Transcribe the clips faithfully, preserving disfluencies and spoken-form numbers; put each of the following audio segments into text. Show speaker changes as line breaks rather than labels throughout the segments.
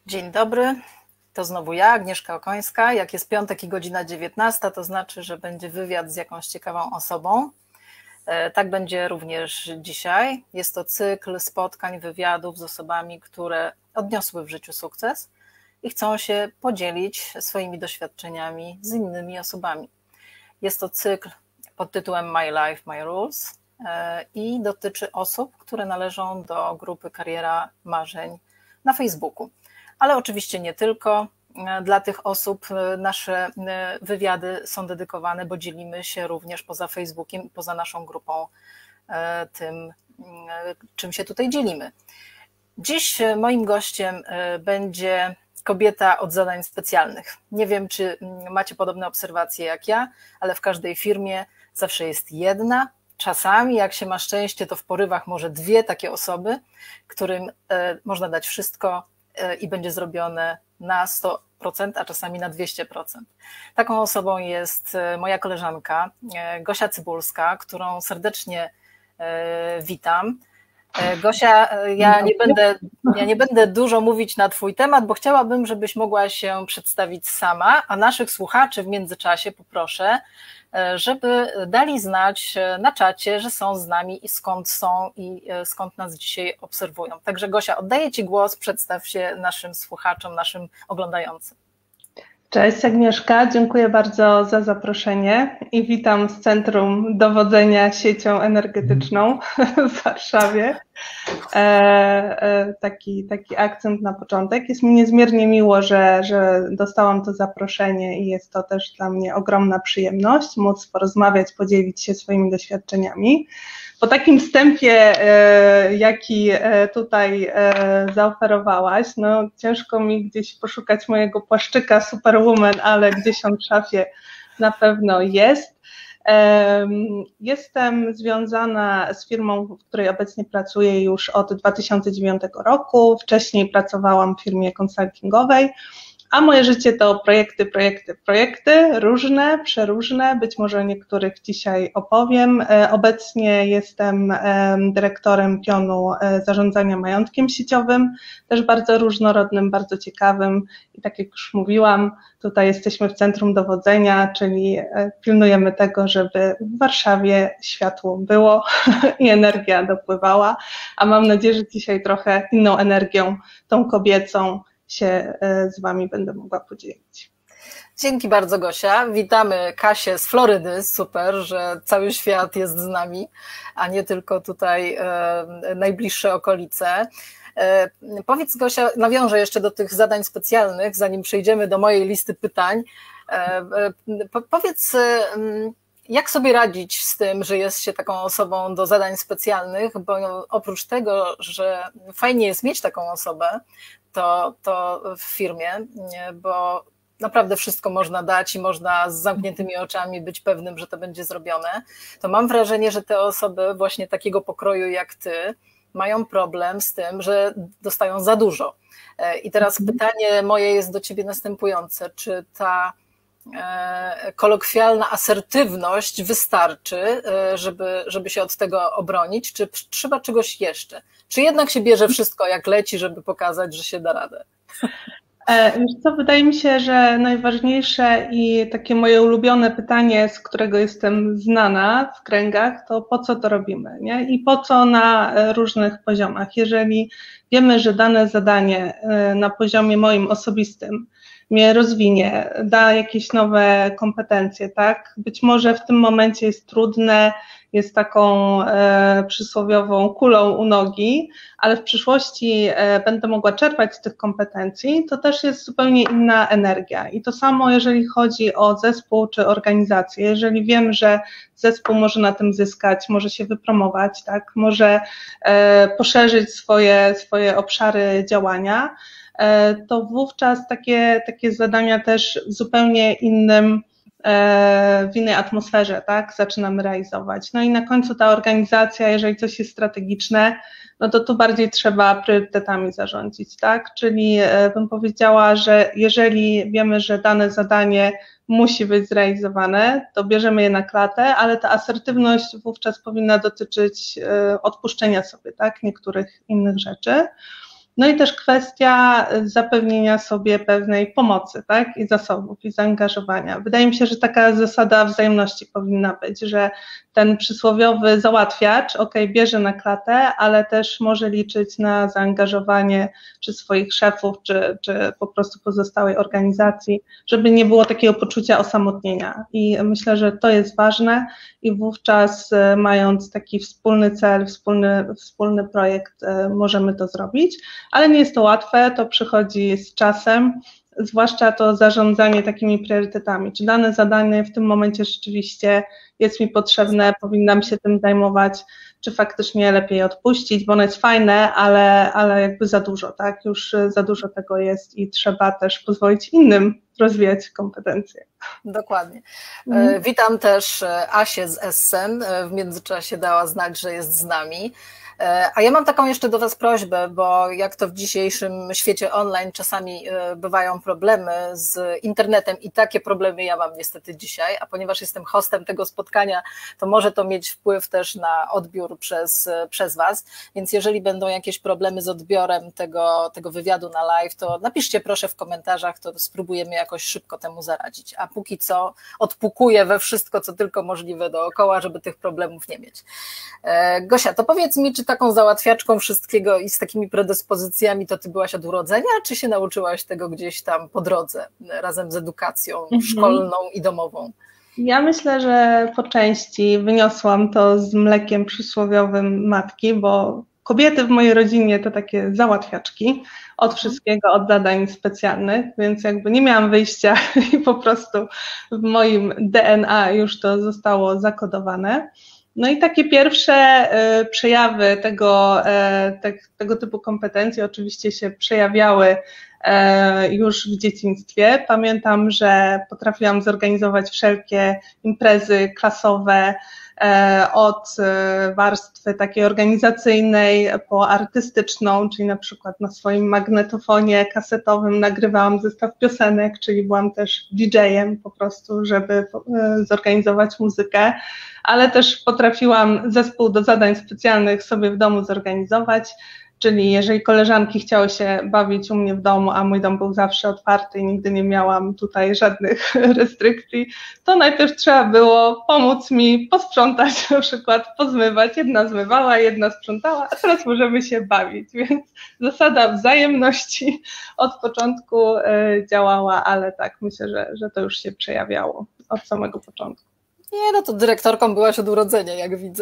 Dzień dobry, to znowu ja, Agnieszka Okońska. Jak jest piątek i godzina dziewiętnasta, to znaczy, że będzie wywiad z jakąś ciekawą osobą. Tak będzie również dzisiaj. Jest to cykl spotkań, wywiadów z osobami, które odniosły w życiu sukces i chcą się podzielić swoimi doświadczeniami z innymi osobami. Jest to cykl pod tytułem My Life, My Rules i dotyczy osób, które należą do grupy Kariera Marzeń na Facebooku. Ale oczywiście nie tylko. Dla tych osób nasze wywiady są dedykowane, bo dzielimy się również poza Facebookiem i poza naszą grupą tym, czym się tutaj dzielimy. Dziś moim gościem będzie kobieta od zadań specjalnych. Nie wiem, czy macie podobne obserwacje jak ja, ale w każdej firmie zawsze jest jedna. Czasami, jak się ma szczęście, to w porywach może dwie takie osoby, którym można dać wszystko i będzie zrobione na sto procent, a czasami na dwieście procent. Taką osobą jest moja koleżanka Gosia Cybulska, którą serdecznie witam. Gosia, ja nie będę, ja nie będę dużo mówić na twój temat, bo chciałabym, żebyś mogła się przedstawić sama, a naszych słuchaczy w międzyczasie poproszę, żeby dali znać na czacie, że są z nami i skąd są i skąd nas dzisiaj obserwują. Także Gosia, oddaję ci głos, przedstaw się naszym słuchaczom, naszym oglądającym.
Cześć Agnieszka, dziękuję bardzo za zaproszenie i witam z Centrum Dowodzenia Siecią Energetyczną w Warszawie. E, e, taki, taki akcent na początek. Jest mi niezmiernie miło, że, że dostałam to zaproszenie i jest to też dla mnie ogromna przyjemność móc porozmawiać, podzielić się swoimi doświadczeniami. Po takim wstępie, jaki tutaj zaoferowałaś, no ciężko mi gdzieś poszukać mojego płaszczyka Superwoman, ale gdzieś on w szafie na pewno jest. Jestem związana z firmą, w której obecnie pracuję już od dwa tysiące dziewiątego roku. Wcześniej pracowałam w firmie konsultingowej. A moje życie to projekty, projekty, projekty, różne, przeróżne, być może o niektórych dzisiaj opowiem. Obecnie jestem dyrektorem pionu zarządzania majątkiem sieciowym, też bardzo różnorodnym, bardzo ciekawym i tak jak już mówiłam, tutaj jesteśmy w Centrum Dowodzenia, czyli pilnujemy tego, żeby w Warszawie światło było i energia dopływała, a mam nadzieję, że dzisiaj trochę inną energią, tą kobiecą, się z Wami będę mogła podzielić.
Dzięki bardzo, Gosia. Witamy Kasię z Florydy. Super, że cały świat jest z nami, a nie tylko tutaj e, najbliższe okolice. E, powiedz, Gosia, nawiążę jeszcze do tych zadań specjalnych, zanim przejdziemy do mojej listy pytań. E, e, po, powiedz, e, jak sobie radzić z tym, że jest się taką osobą do zadań specjalnych, bo oprócz tego, że fajnie jest mieć taką osobę, To, to w firmie, bo naprawdę wszystko można dać i można z zamkniętymi oczami być pewnym, że to będzie zrobione, to mam wrażenie, że te osoby właśnie takiego pokroju jak ty mają problem z tym, że dostają za dużo. I teraz pytanie moje jest do ciebie następujące, czy ta kolokwialna asertywność wystarczy, żeby, żeby się od tego obronić, czy trzeba czegoś jeszcze? Czy jednak się bierze wszystko jak leci, żeby pokazać, że się da radę?
Wiesz co, wydaje mi się, że najważniejsze i takie moje ulubione pytanie, z którego jestem znana w kręgach, to po co to robimy, nie? I po co na różnych poziomach. Jeżeli wiemy, że dane zadanie na poziomie moim osobistym mnie rozwinie, da jakieś nowe kompetencje, tak? Być może w tym momencie jest trudne, jest taką e, przysłowiową kulą u nogi, ale w przyszłości e, będę mogła czerpać z tych kompetencji, to też jest zupełnie inna energia. I to samo, jeżeli chodzi o zespół czy organizację. Jeżeli wiem, że zespół może na tym zyskać, może się wypromować, tak? Może e, poszerzyć swoje, swoje obszary działania, to wówczas takie, takie zadania też w zupełnie innym, w innej atmosferze, tak, zaczynamy realizować. No i na końcu ta organizacja, jeżeli coś jest strategiczne, no to tu bardziej trzeba priorytetami zarządzić, tak, czyli bym powiedziała, że jeżeli wiemy, że dane zadanie musi być zrealizowane, to bierzemy je na klatę, ale ta asertywność wówczas powinna dotyczyć odpuszczenia sobie, tak, niektórych innych rzeczy. No i też kwestia zapewnienia sobie pewnej pomocy, tak, i zasobów, i zaangażowania. Wydaje mi się, że taka zasada wzajemności powinna być, że ten przysłowiowy załatwiacz, ok, bierze na klatę, ale też może liczyć na zaangażowanie czy swoich szefów, czy, czy po prostu pozostałej organizacji, żeby nie było takiego poczucia osamotnienia. I myślę, że to jest ważne i wówczas mając taki wspólny cel, wspólny, wspólny projekt, możemy to zrobić, ale nie jest to łatwe, to przychodzi z czasem, zwłaszcza to zarządzanie takimi priorytetami. Czy dane zadanie w tym momencie rzeczywiście jest mi potrzebne, powinnam się tym zajmować, czy faktycznie lepiej odpuścić, bo ono jest fajne, ale, ale jakby za dużo, tak? Już za dużo tego jest i trzeba też pozwolić innym rozwijać kompetencje.
Dokładnie. Mhm. Witam też Asię z Essen, w międzyczasie dała znać, że jest z nami. A ja mam taką jeszcze do Was prośbę, bo jak to w dzisiejszym świecie online czasami bywają problemy z internetem i takie problemy ja mam niestety dzisiaj, a ponieważ jestem hostem tego spotkania, to może to mieć wpływ też na odbiór przez, przez Was, więc jeżeli będą jakieś problemy z odbiorem tego, tego wywiadu na live, to napiszcie proszę w komentarzach, to spróbujemy jakoś szybko temu zaradzić, a póki co odpukuję we wszystko, co tylko możliwe dookoła, żeby tych problemów nie mieć. Gosia, to powiedz mi, czy taką załatwiaczką wszystkiego i z takimi predyspozycjami to ty byłaś od urodzenia, czy się nauczyłaś tego gdzieś tam po drodze, razem z edukacją mhm. szkolną i domową?
Ja myślę, że po części wyniosłam to z mlekiem przysłowiowym matki, bo kobiety w mojej rodzinie to takie załatwiaczki od wszystkiego, od zadań specjalnych, więc jakby nie miałam wyjścia i po prostu w moim D N A już to zostało zakodowane. No i takie pierwsze y, przejawy tego, y, te, tego typu kompetencji oczywiście się przejawiały y, już w dzieciństwie. Pamiętam, że potrafiłam zorganizować wszelkie imprezy klasowe, od warstwy takiej organizacyjnej po artystyczną, czyli na przykład na swoim magnetofonie kasetowym nagrywałam zestaw piosenek, czyli byłam też didżejem po prostu, żeby zorganizować muzykę, ale też potrafiłam zespół do zadań specjalnych sobie w domu zorganizować, czyli jeżeli koleżanki chciały się bawić u mnie w domu, a mój dom był zawsze otwarty i nigdy nie miałam tutaj żadnych restrykcji, to najpierw trzeba było pomóc mi posprzątać, na przykład pozmywać. Jedna zmywała, jedna sprzątała, a teraz możemy się bawić, więc zasada wzajemności od początku działała, ale tak, myślę, że, że to już się przejawiało od samego początku.
Nie, no to dyrektorką byłaś od urodzenia, jak widzę.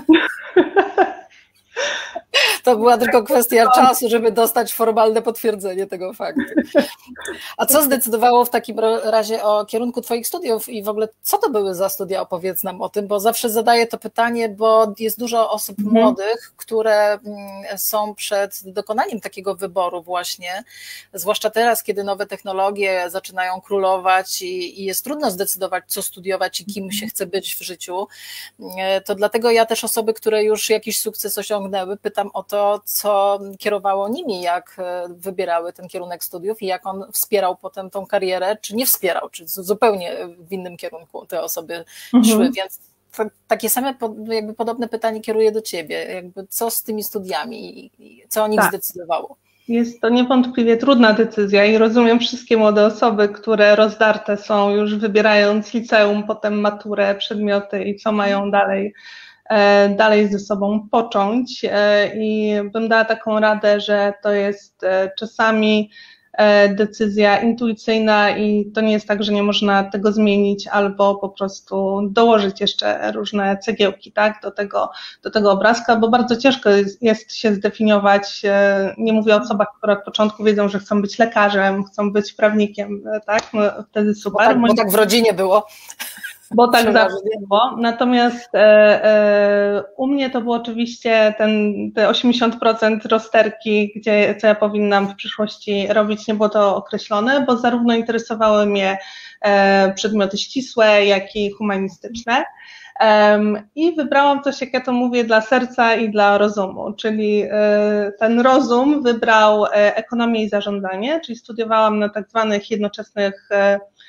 To była tylko kwestia czasu, żeby dostać formalne potwierdzenie tego faktu. A co zdecydowało w takim razie o kierunku Twoich studiów i w ogóle co to były za studia? Opowiedz nam o tym, bo zawsze zadaję to pytanie, bo jest dużo osób mhm. młodych, które są przed dokonaniem takiego wyboru właśnie, zwłaszcza teraz, kiedy nowe technologie zaczynają królować i, i jest trudno zdecydować, co studiować i kim się chce być w życiu. To dlatego ja też osoby, które już jakiś sukces osiągnęły, pytam o to, co kierowało nimi, jak wybierały ten kierunek studiów i jak on wspierał potem tą karierę, czy nie wspierał, czy zupełnie w innym kierunku te osoby mhm. szły, więc to, takie same jakby podobne pytanie kieruję do Ciebie, jakby co z tymi studiami i co o nich tak. zdecydowało?
Jest to niewątpliwie trudna decyzja i rozumiem wszystkie młode osoby, które rozdarte są już wybierając liceum, potem maturę, przedmioty i co mają dalej dalej ze sobą począć i bym dała taką radę, że to jest czasami decyzja intuicyjna i to nie jest tak, że nie można tego zmienić albo po prostu dołożyć jeszcze różne cegiełki, tak, do tego, do tego obrazka, bo bardzo ciężko jest, jest się zdefiniować, nie mówię o osobach, które od początku wiedzą, że chcą być lekarzem, chcą być prawnikiem, tak, no wtedy super.
Bo tak, bo tak w rodzinie było.
Bo tak zawsze było. Natomiast e, e, u mnie to było oczywiście ten, te osiemdziesiąt procent rozterki, gdzie, co ja powinnam w przyszłości robić, nie było to określone, bo zarówno interesowały mnie e, przedmioty ścisłe, jak i humanistyczne. Um, I wybrałam coś, jak ja to mówię, dla serca i dla rozumu, czyli y, ten rozum wybrał y, ekonomię i zarządzanie, czyli studiowałam na tak zwanych jednoczesnych y,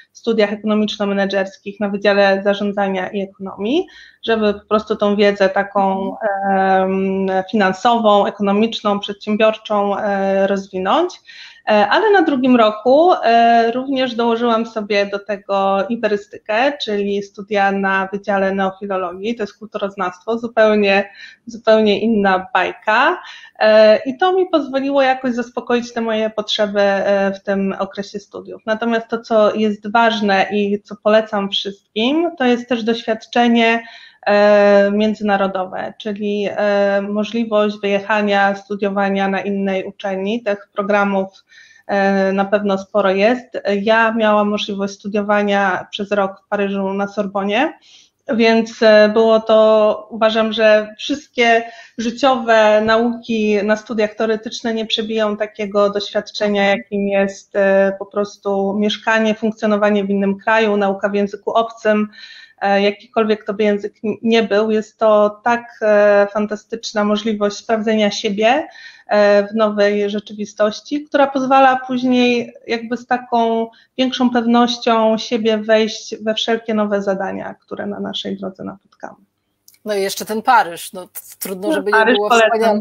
studiach ekonomiczno-menedżerskich na Wydziale Zarządzania i Ekonomii, żeby po prostu tą wiedzę taką e, finansową, ekonomiczną, przedsiębiorczą e, rozwinąć. Ale na drugim roku również dołożyłam sobie do tego iberystykę, czyli studia na Wydziale Neofilologii, to jest kulturoznawstwo, zupełnie, zupełnie inna bajka i to mi pozwoliło jakoś zaspokoić te moje potrzeby w tym okresie studiów. Natomiast to, co jest ważne i co polecam wszystkim, to jest też doświadczenie międzynarodowe, czyli możliwość wyjechania, studiowania na innej uczelni. Tych programów na pewno sporo jest. Ja miałam możliwość studiowania przez rok w Paryżu na Sorbonie, więc było to, uważam, że wszystkie życiowe nauki na studiach teoretyczne nie przebiją takiego doświadczenia, jakim jest po prostu mieszkanie, funkcjonowanie w innym kraju, nauka w języku obcym. Jakikolwiek to by język nie był, jest to tak fantastyczna możliwość sprawdzenia siebie w nowej rzeczywistości, która pozwala później jakby z taką większą pewnością siebie wejść we wszelkie nowe zadania, które na naszej drodze napotkamy.
No i jeszcze ten Paryż, no trudno, żeby
no,
nie było wspaniale.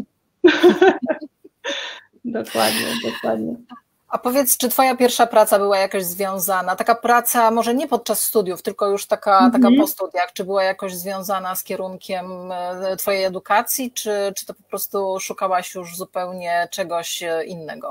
Dokładnie, dokładnie.
A powiedz, czy twoja pierwsza praca była jakoś związana, taka praca może nie podczas studiów, tylko już taka, mm-hmm. taka po studiach, czy była jakoś związana z kierunkiem twojej edukacji, czy, czy to po prostu szukałaś już zupełnie czegoś innego?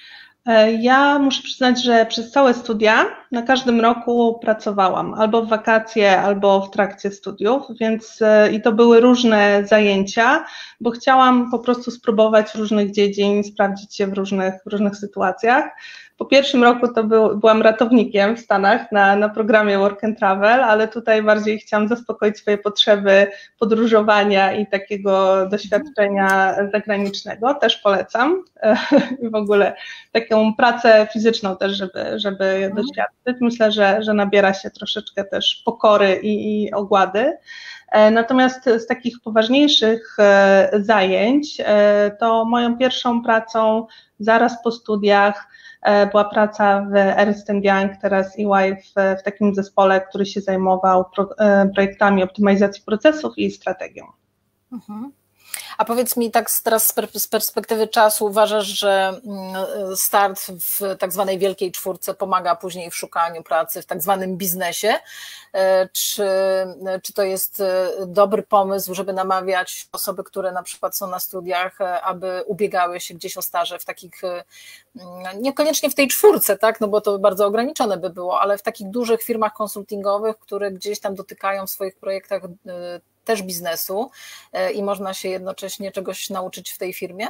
Ja muszę przyznać, że przez całe studia na każdym roku pracowałam, albo w wakacje, albo w trakcie studiów, więc i to były różne zajęcia, bo chciałam po prostu spróbować różnych dziedzin, sprawdzić się w różnych, w różnych sytuacjach. Po pierwszym roku to był, byłam ratownikiem w Stanach na, na programie Work and Travel, ale tutaj bardziej chciałam zaspokoić swoje potrzeby podróżowania i takiego doświadczenia zagranicznego. Też polecam w ogóle taką pracę fizyczną też, żeby, żeby doświadczyć. Myślę, że, że nabiera się troszeczkę też pokory i, i ogłady. Natomiast z takich poważniejszych zajęć to moją pierwszą pracą zaraz po studiach była praca w Ernst and Young, teraz E Y, w, w takim zespole, który się zajmował pro, projektami optymalizacji procesów i strategią.
Mhm. A powiedz mi tak teraz z perspektywy czasu, uważasz, że start w tak zwanej wielkiej czwórce pomaga później w szukaniu pracy w tak zwanym biznesie? Czy, czy to jest dobry pomysł, żeby namawiać osoby, które na przykład są na studiach, aby ubiegały się gdzieś o staże w takich, niekoniecznie w tej czwórce, tak, no bo to bardzo ograniczone by było, ale w takich dużych firmach konsultingowych, które gdzieś tam dotykają w swoich projektach też biznesu i można się jednocześnie czegoś nauczyć w tej firmie?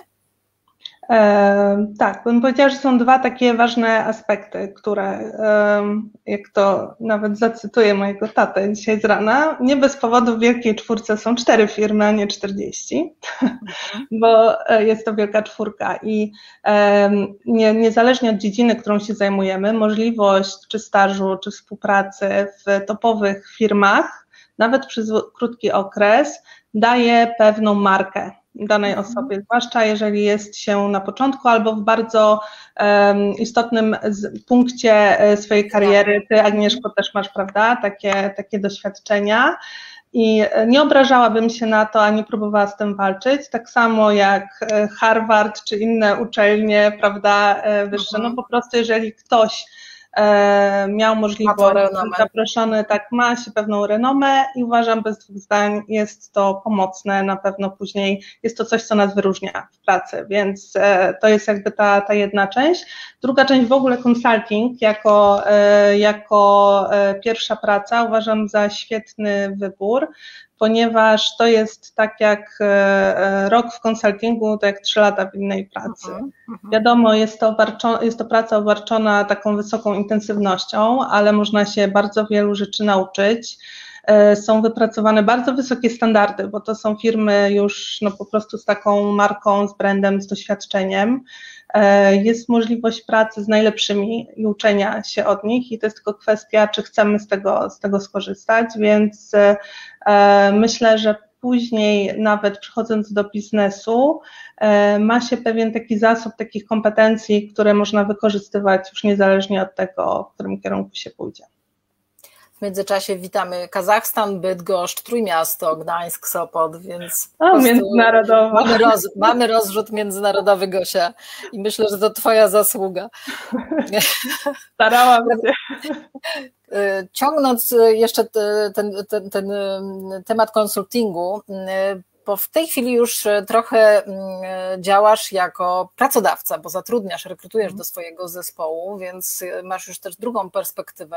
E, tak, bym powiedziała, że są dwa takie ważne aspekty, które, e, jak to nawet zacytuję mojego tatę dzisiaj z rana, nie bez powodu w Wielkiej Czwórce są cztery firmy, a nie czterdzieści, mhm. bo jest to Wielka Czwórka i e, nie, niezależnie od dziedziny, którą się zajmujemy, możliwość czy stażu, czy współpracy w topowych firmach, nawet przez krótki okres, daje pewną markę danej osobie, zwłaszcza jeżeli jest się na początku albo w bardzo um, istotnym z, punkcie swojej kariery. Ty, Agnieszko, też masz, prawda, takie, takie doświadczenia i nie obrażałabym się na to, ani próbowała z tym walczyć, tak samo jak Harvard czy inne uczelnie, prawda, wyższe, mhm. no po prostu jeżeli ktoś miał możliwość, zaproszony, tak, ma się pewną renomę i uważam, bez dwóch zdań jest to pomocne, na pewno później jest to coś, co nas wyróżnia w pracy, więc to jest jakby ta, ta jedna część. Druga część w ogóle consulting jako, jako pierwsza praca uważam za świetny wybór, ponieważ to jest tak jak rok w konsultingu, to jak trzy lata w innej pracy. Uh-huh, uh-huh. Wiadomo, jest to, obarczona, jest to praca obarczona taką wysoką intensywnością, ale można się bardzo wielu rzeczy nauczyć. Są wypracowane bardzo wysokie standardy, bo to są firmy już no, po prostu z taką marką, z brandem, z doświadczeniem. Jest możliwość pracy z najlepszymi i uczenia się od nich i to jest tylko kwestia, czy chcemy z tego, z tego skorzystać, więc myślę, że później nawet przechodząc do biznesu ma się pewien taki zasób takich kompetencji, które można wykorzystywać już niezależnie od tego, w którym kierunku się pójdzie.
W międzyczasie witamy Kazachstan, Bydgoszcz, Trójmiasto, Gdańsk, Sopot, więc
o, międzynarodowo.
Mamy, roz, mamy rozrzut międzynarodowy, Gosia, i myślę, że to twoja zasługa.
Starałam się.
Ciągnąc jeszcze ten, ten, ten temat konsultingu, bo w tej chwili już trochę działasz jako pracodawca, bo zatrudniasz, rekrutujesz do swojego zespołu, więc masz już też drugą perspektywę.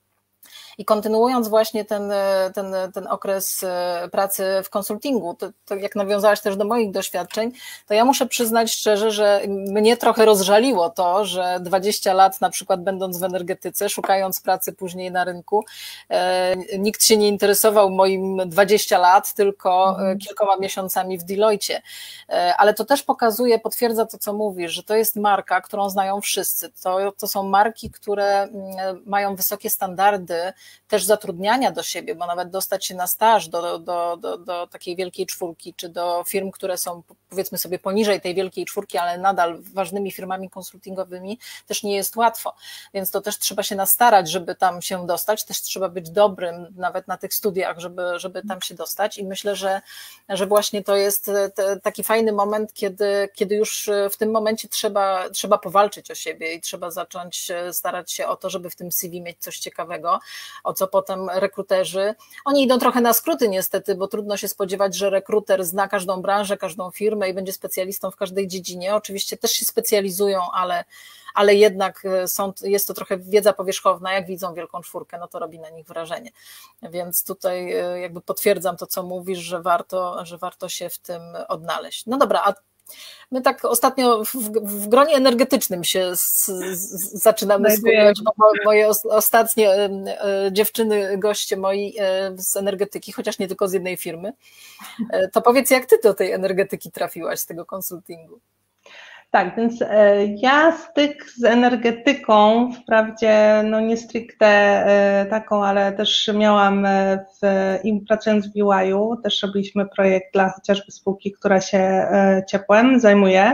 I kontynuując właśnie ten, ten, ten okres pracy w konsultingu, to, to jak nawiązałaś też do moich doświadczeń, to ja muszę przyznać szczerze, że mnie trochę rozżaliło to, że dwadzieścia lat na przykład będąc w energetyce, szukając pracy później na rynku, e, nikt się nie interesował moim dwadzieścia lat, tylko mhm. kilkoma miesiącami w Deloitte. E, ale to też pokazuje, potwierdza to, co mówisz, że to jest marka, którą znają wszyscy. To, to są marki, które mają wysokie standardy też zatrudniania do siebie, bo nawet dostać się na staż do, do, do, do takiej wielkiej czwórki, czy do firm, które są powiedzmy sobie poniżej tej wielkiej czwórki, ale nadal ważnymi firmami konsultingowymi, też nie jest łatwo, więc to też trzeba się nastarać, żeby tam się dostać, też trzeba być dobrym nawet na tych studiach, żeby, żeby tam się dostać i myślę, że, że właśnie to jest taki fajny moment, kiedy, kiedy już w tym momencie trzeba, trzeba powalczyć o siebie i trzeba zacząć starać się o to, żeby w tym C V mieć coś ciekawego, o co potem rekruterzy, oni idą trochę na skróty niestety, bo trudno się spodziewać, że rekruter zna każdą branżę, każdą firmę i będzie specjalistą w każdej dziedzinie, oczywiście też się specjalizują, ale, ale jednak są, jest to trochę wiedza powierzchowna, jak widzą wielką czwórkę, no to robi na nich wrażenie, więc tutaj jakby potwierdzam to, co mówisz, że warto, że warto się w tym odnaleźć. No dobra, a my tak ostatnio w, w gronie energetycznym się z, z, zaczynamy skupiać, bo moje ostatnie dziewczyny, goście moi z energetyki, chociaż nie tylko z jednej firmy, to powiedz, jak ty do tej energetyki trafiłaś, z tego konsultingu?
Tak, więc ja styk z energetyką, wprawdzie no nie stricte taką, ale też miałam w, i pracując w B Y U, też robiliśmy projekt dla chociażby spółki, która się ciepłem zajmuje.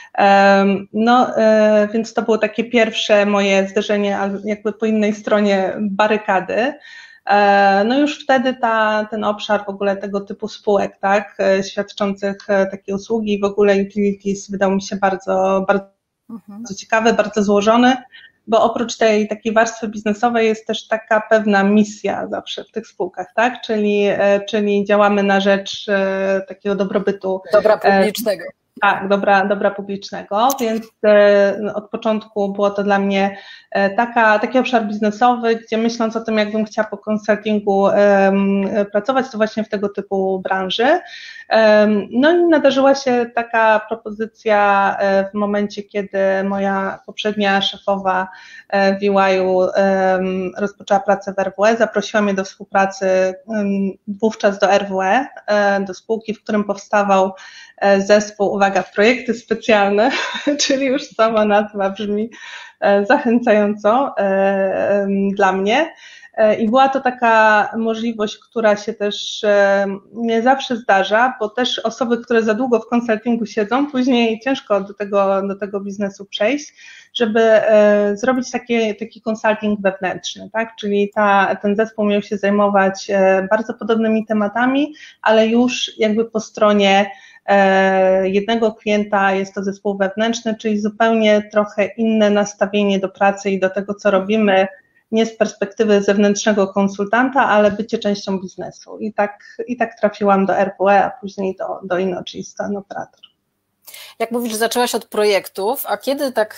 No, więc to było takie pierwsze moje zderzenie jakby po innej stronie barykady. No już wtedy ta, ten obszar w ogóle tego typu spółek, tak, świadczących takie usługi i w ogóle utilities wydał mi się bardzo, bardzo mhm. ciekawy, bardzo złożony, bo oprócz tej takiej warstwy biznesowej jest też taka pewna misja zawsze w tych spółkach, tak, czyli, czyli działamy na rzecz takiego dobrobytu.
Dobra publicznego.
Tak, dobra, dobra publicznego, więc e, od początku było to dla mnie e, taka, taki obszar biznesowy, gdzie myśląc o tym, jakbym chciała po konsultingu e, pracować, to właśnie w tego typu branży. E, no i nadarzyła się taka propozycja e, w momencie, kiedy moja poprzednia szefowa e, w B Y U e, rozpoczęła pracę w R W E, zaprosiła mnie do współpracy e, wówczas do R W E, e, do spółki, w którym powstawał zespół, uwaga, projekty specjalne, czyli już sama nazwa brzmi zachęcająco dla mnie. I była to taka możliwość, która się też nie zawsze zdarza, bo też osoby, które za długo w konsultingu siedzą, później ciężko do tego, do tego biznesu przejść, żeby zrobić taki, taki konsulting wewnętrzny, tak? Czyli ta, ten zespół miał się zajmować bardzo podobnymi tematami, ale już jakby po stronie jednego klienta, jest to zespół wewnętrzny, czyli zupełnie trochę inne nastawienie do pracy i do tego, co robimy, nie z perspektywy zewnętrznego konsultanta, ale bycie częścią biznesu. I tak, i tak trafiłam do R W E, a później do, do Inno, czyli Stan Operator.
Jak mówisz, zaczęłaś od projektów, a kiedy tak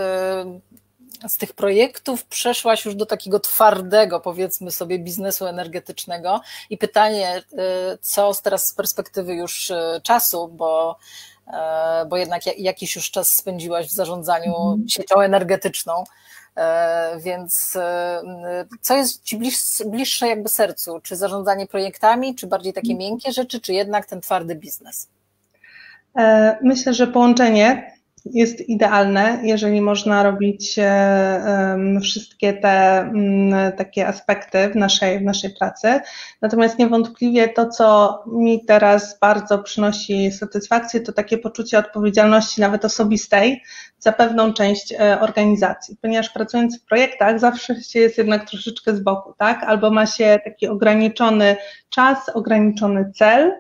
yy, z tych projektów przeszłaś już do takiego twardego, powiedzmy sobie, biznesu energetycznego i pytanie, yy, co teraz z perspektywy już yy, czasu, bo bo jednak jakiś już czas spędziłaś w zarządzaniu mm. siecią energetyczną, więc co jest Ci bliższe jakby sercu? Czy zarządzanie projektami, czy bardziej takie miękkie rzeczy, czy jednak ten twardy biznes?
Myślę, że połączenie jest idealne, jeżeli można robić wszystkie te takie aspekty w naszej, w naszej pracy. Natomiast niewątpliwie to, co mi teraz bardzo przynosi satysfakcję, to takie poczucie odpowiedzialności nawet osobistej za pewną część organizacji, ponieważ pracując w projektach zawsze się jest jednak troszeczkę z boku, tak? Albo ma się taki ograniczony czas, ograniczony cel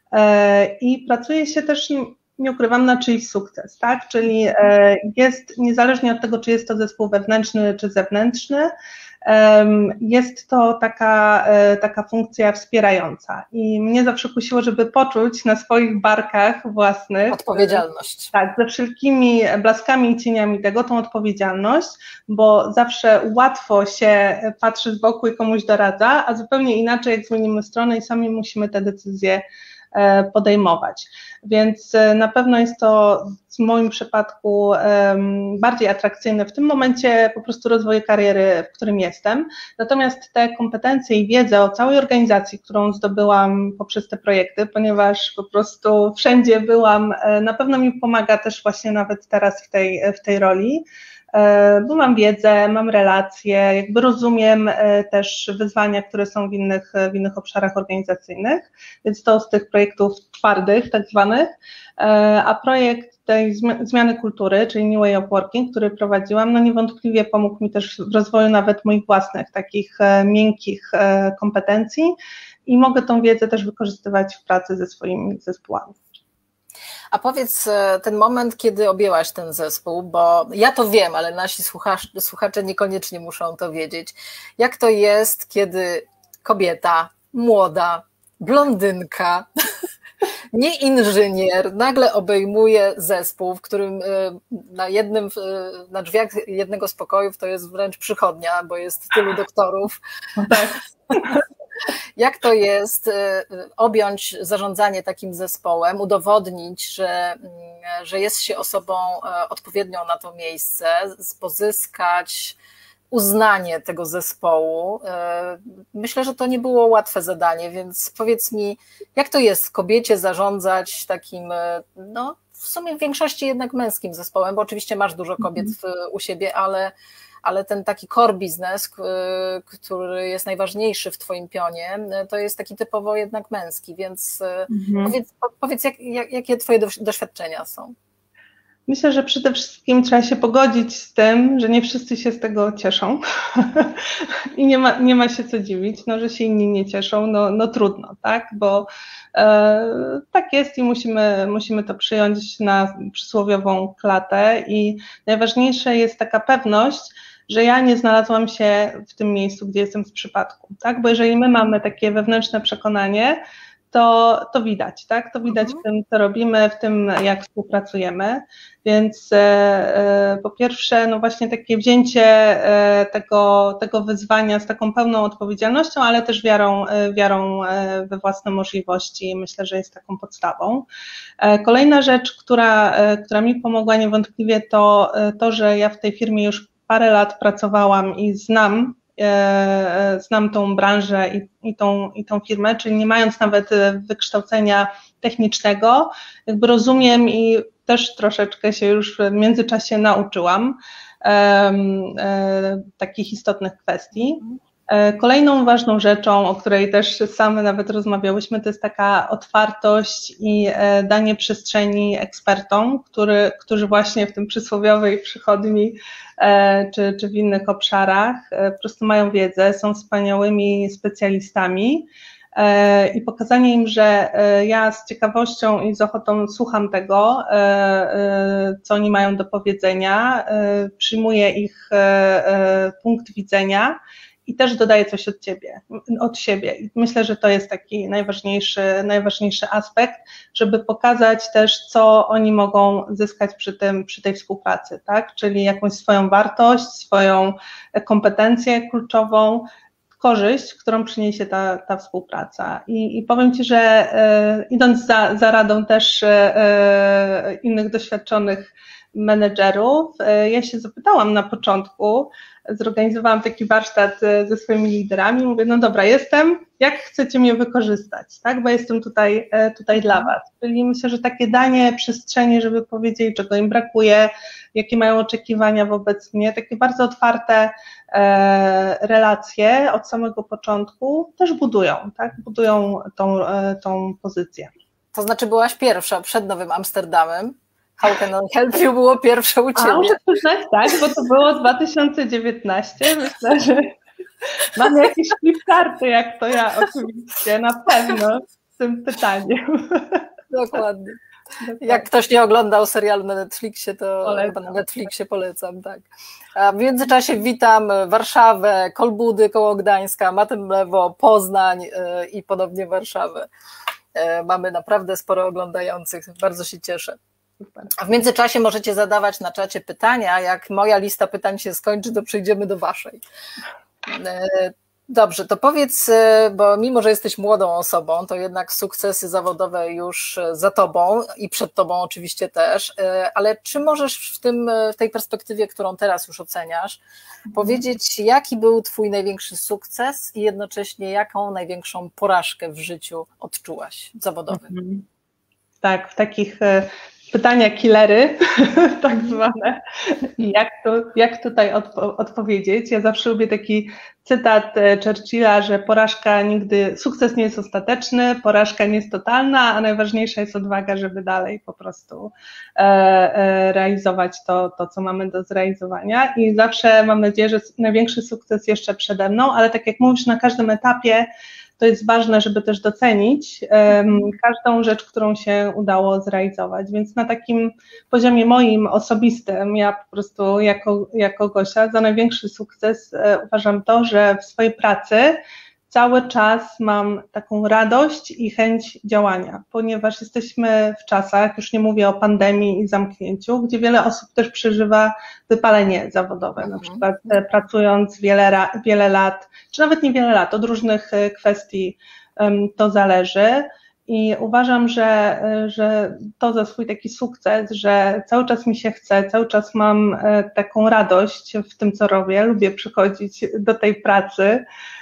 i pracuje się też, nie ukrywam, na czyjś sukces, tak? Czyli jest, niezależnie od tego, czy jest to zespół wewnętrzny, czy zewnętrzny, jest to taka, taka funkcja wspierająca i mnie zawsze kusiło, żeby poczuć na swoich barkach własnych
odpowiedzialność.
Tak, ze wszelkimi blaskami i cieniami tego, tą odpowiedzialność, bo zawsze łatwo się patrzy z boku i komuś doradza, a zupełnie inaczej, jak zmienimy stronę i sami musimy te decyzje podejmować. Więc na pewno jest to w moim przypadku bardziej atrakcyjne w tym momencie po prostu rozwoju kariery, w którym jestem. Natomiast te kompetencje i wiedzę o całej organizacji, którą zdobyłam poprzez te projekty, ponieważ po prostu wszędzie byłam, na pewno mi pomaga też właśnie nawet teraz w tej, w tej roli, bo mam wiedzę, mam relacje, jakby rozumiem też wyzwania, które są w innych, w innych obszarach organizacyjnych, więc to z tych projektów twardych tak zwanych, a projekt tej zmiany kultury, czyli New Way of Working, który prowadziłam, no niewątpliwie pomógł mi też w rozwoju nawet moich własnych takich miękkich kompetencji i mogę tą wiedzę też wykorzystywać w pracy ze swoimi zespołami.
A powiedz, ten moment, kiedy objęłaś ten zespół, bo ja to wiem, ale nasi słuchacze, słuchacze niekoniecznie muszą to wiedzieć. Jak to jest, kiedy kobieta, młoda, blondynka, nie inżynier, nagle obejmuje zespół, w którym na jednym, na drzwiach jednego z pokojów to jest wręcz przychodnia, bo jest tylu doktorów.
Tak.
Jak to jest objąć zarządzanie takim zespołem, udowodnić, że, że jest się osobą odpowiednią na to miejsce, pozyskać uznanie tego zespołu? Myślę, że to nie było łatwe zadanie, więc powiedz mi, jak to jest kobiecie zarządzać takim, no w sumie w większości jednak męskim zespołem, bo oczywiście masz dużo kobiet w, u siebie, ale ale ten taki core business, który jest najważniejszy w twoim pionie, to jest taki typowo jednak męski, więc mhm. powiedz, powiedz jak, jak, jakie twoje doświadczenia są?
Myślę, że przede wszystkim trzeba się pogodzić z tym, że nie wszyscy się z tego cieszą i nie ma, nie ma się co dziwić, no, że się inni nie cieszą, no, no trudno, tak, bo e, tak jest i musimy, musimy to przyjąć na przysłowiową klatę i najważniejsze jest taka pewność, że ja nie znalazłam się w tym miejscu, gdzie jestem z przypadku, tak, bo jeżeli my mamy takie wewnętrzne przekonanie, to, to widać, tak? To widać w tym, co robimy, w tym, jak współpracujemy, więc e, e, po pierwsze, no właśnie takie wzięcie e, tego, tego wyzwania z taką pełną odpowiedzialnością, ale też wiarą, e, wiarą e, we własne możliwości, myślę, że jest taką podstawą. E, kolejna rzecz, która, e, która mi pomogła niewątpliwie, to e, to, że ja w tej firmie już parę lat pracowałam i znam znam tą branżę i, i, tą, i tą firmę, czyli nie mając nawet wykształcenia technicznego, jakby rozumiem i też troszeczkę się już w międzyczasie nauczyłam um, e, takich istotnych kwestii. Kolejną ważną rzeczą, o której też same nawet rozmawiałyśmy, to jest taka otwartość i danie przestrzeni ekspertom, który, którzy właśnie w tym przysłowiowej przychodni czy, czy w innych obszarach po prostu mają wiedzę, są wspaniałymi specjalistami i pokazanie im, że ja z ciekawością i z ochotą słucham tego, co oni mają do powiedzenia, przyjmuję ich punkt widzenia i też dodaję coś od ciebie, od siebie. I myślę, że to jest taki najważniejszy, najważniejszy aspekt, żeby pokazać też, co oni mogą zyskać przy tym, przy tej współpracy, tak? Czyli jakąś swoją wartość, swoją kompetencję kluczową, korzyść, którą przyniesie ta, ta współpraca. I, i powiem ci, że e, idąc za, za radą też e, innych doświadczonych menedżerów. Ja się zapytałam na początku, zorganizowałam taki warsztat ze swoimi liderami, mówię, no dobra, jestem, jak chcecie mnie wykorzystać, tak, bo jestem tutaj, tutaj dla was. Czyli myślę, że takie danie przestrzeni, żeby powiedzieć, czego im brakuje, jakie mają oczekiwania wobec mnie, takie bardzo otwarte e, relacje od samego początku też budują, tak, budują tą, e, tą pozycję.
To znaczy byłaś pierwsza przed Nowym Amsterdamem. How Can I Help You było pierwsze u Ciebie.
A muszę przyznać, tak, bo to było dwa tysiące dziewiętnastym. Myślę, że mam jakieś flipkarty, jak to ja oczywiście, na pewno z tym pytaniem.
Dokładnie. Jak ktoś nie oglądał serialu na Netflixie, to polecam. Chyba na Netflixie polecam, tak. A w międzyczasie witam Warszawę, Kolbudy koło Gdańska, Matemlewo, Poznań i ponownie Warszawę. Mamy naprawdę sporo oglądających, bardzo się cieszę. A w międzyczasie możecie zadawać na czacie pytania, jak moja lista pytań się skończy, to przejdziemy do waszej. Dobrze, to powiedz, bo mimo, że jesteś młodą osobą, to jednak sukcesy zawodowe już za tobą i przed tobą oczywiście też, ale czy możesz w, tym, w tej perspektywie, którą teraz już oceniasz, powiedzieć, jaki był twój największy sukces i jednocześnie jaką największą porażkę w życiu odczułaś zawodowym?
Tak, w takich pytania killery, tak zwane. I jak, to, jak tutaj odpo odpowiedzieć? Ja zawsze lubię taki cytat Churchilla, że porażka nigdy, sukces nie jest ostateczny, porażka nie jest totalna, a najważniejsza jest odwaga, żeby dalej po prostu e, e, realizować to, to, co mamy do zrealizowania. I zawsze mam nadzieję, że największy sukces jeszcze przede mną, ale tak jak mówisz, na każdym etapie to jest ważne, żeby też docenić um, każdą rzecz, którą się udało zrealizować, więc na takim poziomie moim osobistym, ja po prostu jako, jako Gosia za największy sukces e, uważam to, że w swojej pracy cały czas mam taką radość i chęć działania, ponieważ jesteśmy w czasach, już nie mówię o pandemii i zamknięciu, gdzie wiele osób też przeżywa wypalenie zawodowe, mhm. na przykład pracując wiele, wiele lat, czy nawet nie wiele lat, od różnych kwestii um, to zależy. I uważam, że, że to za swój taki sukces, że cały czas mi się chce, cały czas mam taką radość w tym, co robię, lubię przychodzić do tej pracy,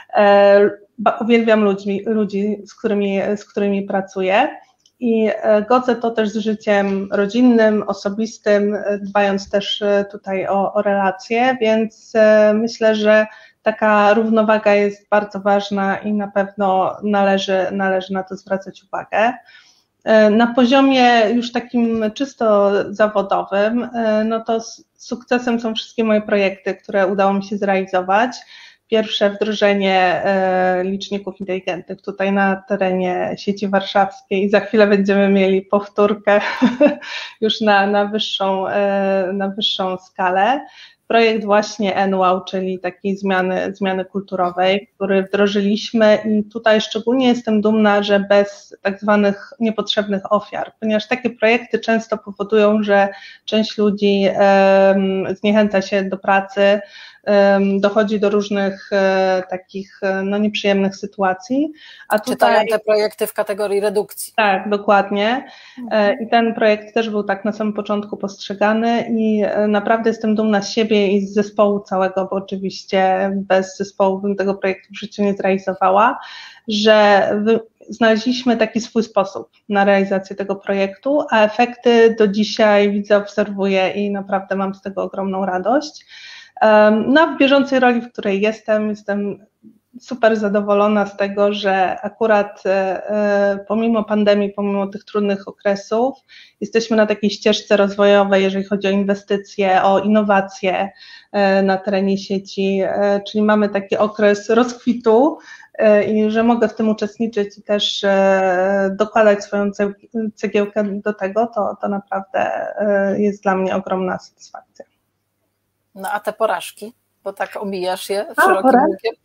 uwielbiam ludzi, ludzi z, którymi, z którymi pracuję i godzę to też z życiem rodzinnym, osobistym, dbając też tutaj o, o relacje, więc myślę, że taka równowaga jest bardzo ważna i na pewno należy, należy na to zwracać uwagę. Na poziomie już takim czysto zawodowym, no to sukcesem są wszystkie moje projekty, które udało mi się zrealizować. Pierwsze wdrożenie liczników inteligentnych tutaj na terenie sieci warszawskiej. Za chwilę będziemy mieli powtórkę już na, na, wyższą, na wyższą skalę. Projekt właśnie N W O W, czyli takiej zmiany, zmiany kulturowej, który wdrożyliśmy i tutaj szczególnie jestem dumna, że bez tak zwanych niepotrzebnych ofiar, ponieważ takie projekty często powodują, że część ludzi um, zniechęca się do pracy, um, dochodzi do różnych um, takich no, nieprzyjemnych sytuacji. A tutaj,
czytają te projekty w kategorii redukcji.
Tak, dokładnie. Mhm. I ten projekt też był tak na samym początku postrzegany i naprawdę jestem dumna z siebie i z zespołu całego, bo oczywiście bez zespołu bym tego projektu w życiu nie zrealizowała, że znaleźliśmy taki swój sposób na realizację tego projektu, a efekty do dzisiaj widzę, obserwuję i naprawdę mam z tego ogromną radość. No a w bieżącej roli, w której jestem, jestem super zadowolona z tego, że akurat e, pomimo pandemii, pomimo tych trudnych okresów, jesteśmy na takiej ścieżce rozwojowej, jeżeli chodzi o inwestycje, o innowacje e, na terenie sieci, e, czyli mamy taki okres rozkwitu e, i że mogę w tym uczestniczyć i też e, dokładać swoją cegiełkę do tego, to, to naprawdę e, jest dla mnie ogromna satysfakcja.
No a te porażki? bo tak omijasz je
A,
szerokim
porażki.
łukiem.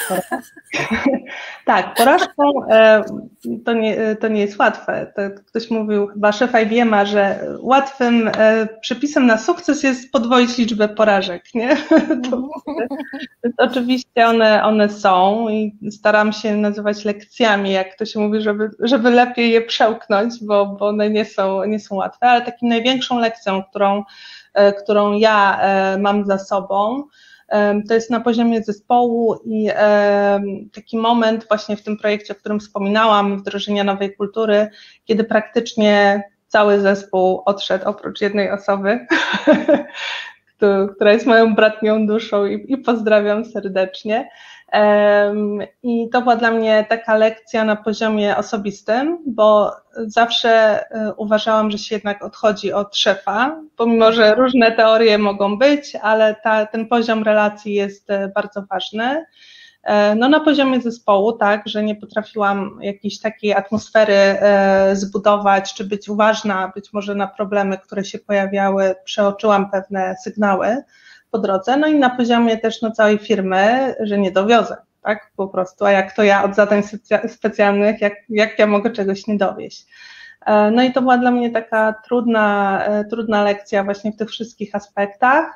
Tak, porażką e, to, nie, to nie jest łatwe. To ktoś mówił, chyba szef I B M-a, że łatwym e, przepisem na sukces jest podwoić liczbę porażek, nie? To, to oczywiście one, one są i staram się nazywać lekcjami, jak to się mówi, żeby, żeby lepiej je przełknąć, bo, bo one nie są, nie są łatwe, ale taką największą lekcją, którą, e, którą ja e, mam za sobą, to jest na poziomie zespołu i taki moment właśnie w tym projekcie, o którym wspominałam, wdrożenia nowej kultury, kiedy praktycznie cały zespół odszedł oprócz jednej osoby, która jest moją bratnią duszą i, i pozdrawiam serdecznie. I to była dla mnie taka lekcja na poziomie osobistym, bo zawsze uważałam, że się jednak odchodzi od szefa, pomimo że różne teorie mogą być, ale ta, ten poziom relacji jest bardzo ważny. No na poziomie zespołu, tak, że nie potrafiłam jakiejś takiej atmosfery zbudować, czy być uważna być może na problemy, które się pojawiały, przeoczyłam pewne sygnały po drodze, no i na poziomie też no, całej firmy, że nie dowiozę, tak, po prostu, a jak to ja od zadań specjalnych, jak, jak ja mogę czegoś nie dowieść. No i to była dla mnie taka trudna, trudna lekcja właśnie w tych wszystkich aspektach,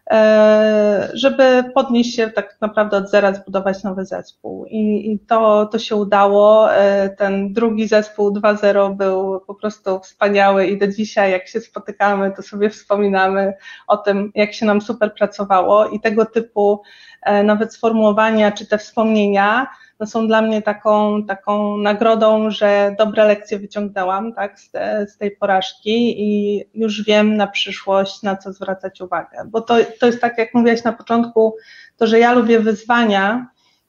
żeby podnieść się tak naprawdę od zera, zbudować nowy zespół. I, i to, to się udało. Ten drugi zespół dwa zero był po prostu wspaniały i do dzisiaj, jak się spotykamy, to sobie wspominamy o tym, jak się nam super pracowało i tego typu nawet sformułowania czy te wspomnienia no są dla mnie taką, taką nagrodą, że dobre lekcje wyciągnęłam, tak, z, te, z tej porażki i już wiem na przyszłość, na co zwracać uwagę. Bo to, to jest tak, jak mówiłaś na początku, to, że ja lubię wyzwania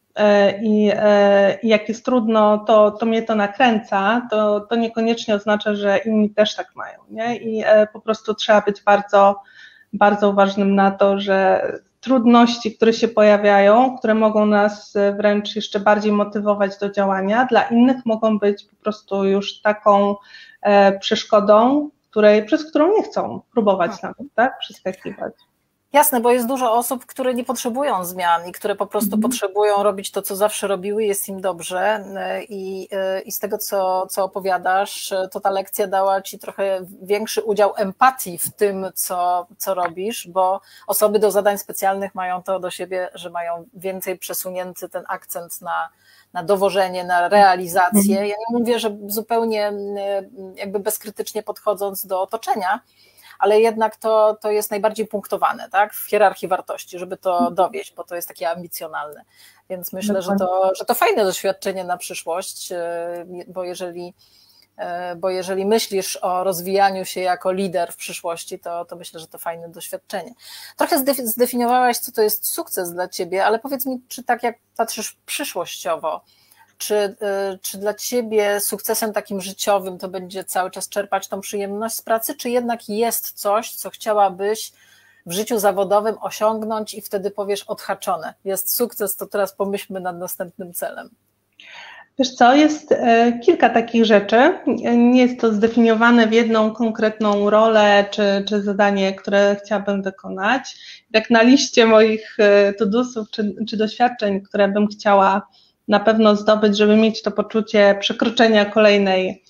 i, i jak jest trudno, to, to mnie to nakręca, to, to niekoniecznie oznacza, że inni też tak mają, nie? I po prostu trzeba być bardzo, bardzo uważnym na to, że trudności, które się pojawiają, które mogą nas wręcz jeszcze bardziej motywować do działania, dla innych mogą być po prostu już taką e, przeszkodą, której, przez którą nie chcą próbować nawet, tak, przeskakiwać.
Jasne, bo jest dużo osób, które nie potrzebują zmian i które po prostu mm. potrzebują robić to, co zawsze robiły, jest im dobrze i, i z tego, co, co opowiadasz, to ta lekcja dała ci trochę większy udział empatii w tym, co, co robisz, bo osoby do zadań specjalnych mają to do siebie, że mają więcej przesunięty ten akcent na, na dowożenie, na realizację. Ja nie mówię, że zupełnie jakby bezkrytycznie podchodząc do otoczenia, ale jednak to, to jest najbardziej punktowane, tak, w hierarchii wartości, żeby to dowieść, bo to jest takie ambicjonalne. Więc myślę, że to, że to fajne doświadczenie na przyszłość, bo jeżeli, bo jeżeli myślisz o rozwijaniu się jako lider w przyszłości, to, to myślę, że to fajne doświadczenie. Trochę zdefiniowałaś, co to jest sukces dla ciebie, ale powiedz mi, czy tak jak patrzysz przyszłościowo, Czy, czy dla ciebie sukcesem takim życiowym to będzie cały czas czerpać tą przyjemność z pracy, czy jednak jest coś, co chciałabyś w życiu zawodowym osiągnąć i wtedy powiesz odhaczone, jest sukces, to teraz pomyślmy nad następnym celem?
Wiesz co, jest kilka takich rzeczy, nie jest to zdefiniowane w jedną konkretną rolę czy, czy zadanie, które chciałabym wykonać. Jak na liście moich to-dosów czy, czy doświadczeń, które bym chciała na pewno zdobyć, żeby mieć to poczucie przekroczenia kolejnej,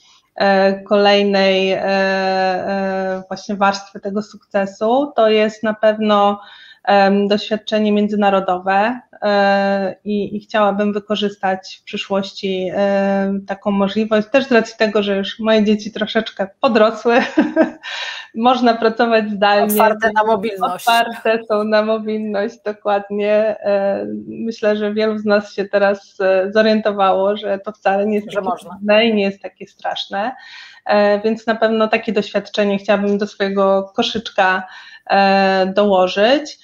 kolejnej właśnie warstwy tego sukcesu, to jest na pewno doświadczenie międzynarodowe i, i chciałabym wykorzystać w przyszłości taką możliwość, też z racji tego, że już moje dzieci troszeczkę podrosły, można pracować zdalnie.
Otwarte na mobilność.
Otwarte są na mobilność, dokładnie. Myślę, że wielu z nas się teraz zorientowało, że to wcale nie jest
że
takie
można.
trudne i nie jest takie straszne, więc na pewno takie doświadczenie chciałabym do swojego koszyczka dołożyć.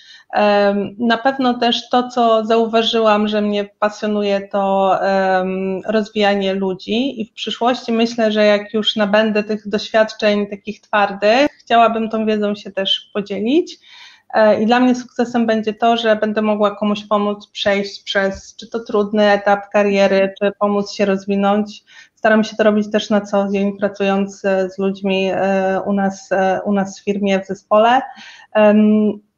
Na pewno też to, co zauważyłam, że mnie pasjonuje, to rozwijanie ludzi i w przyszłości myślę, że jak już nabędę tych doświadczeń takich twardych, chciałabym tą wiedzą się też podzielić i dla mnie sukcesem będzie to, że będę mogła komuś pomóc przejść przez czy to trudny etap kariery, czy pomóc się rozwinąć. Staram się to robić też na co dzień, pracując z ludźmi u nas, u nas w firmie, w zespole.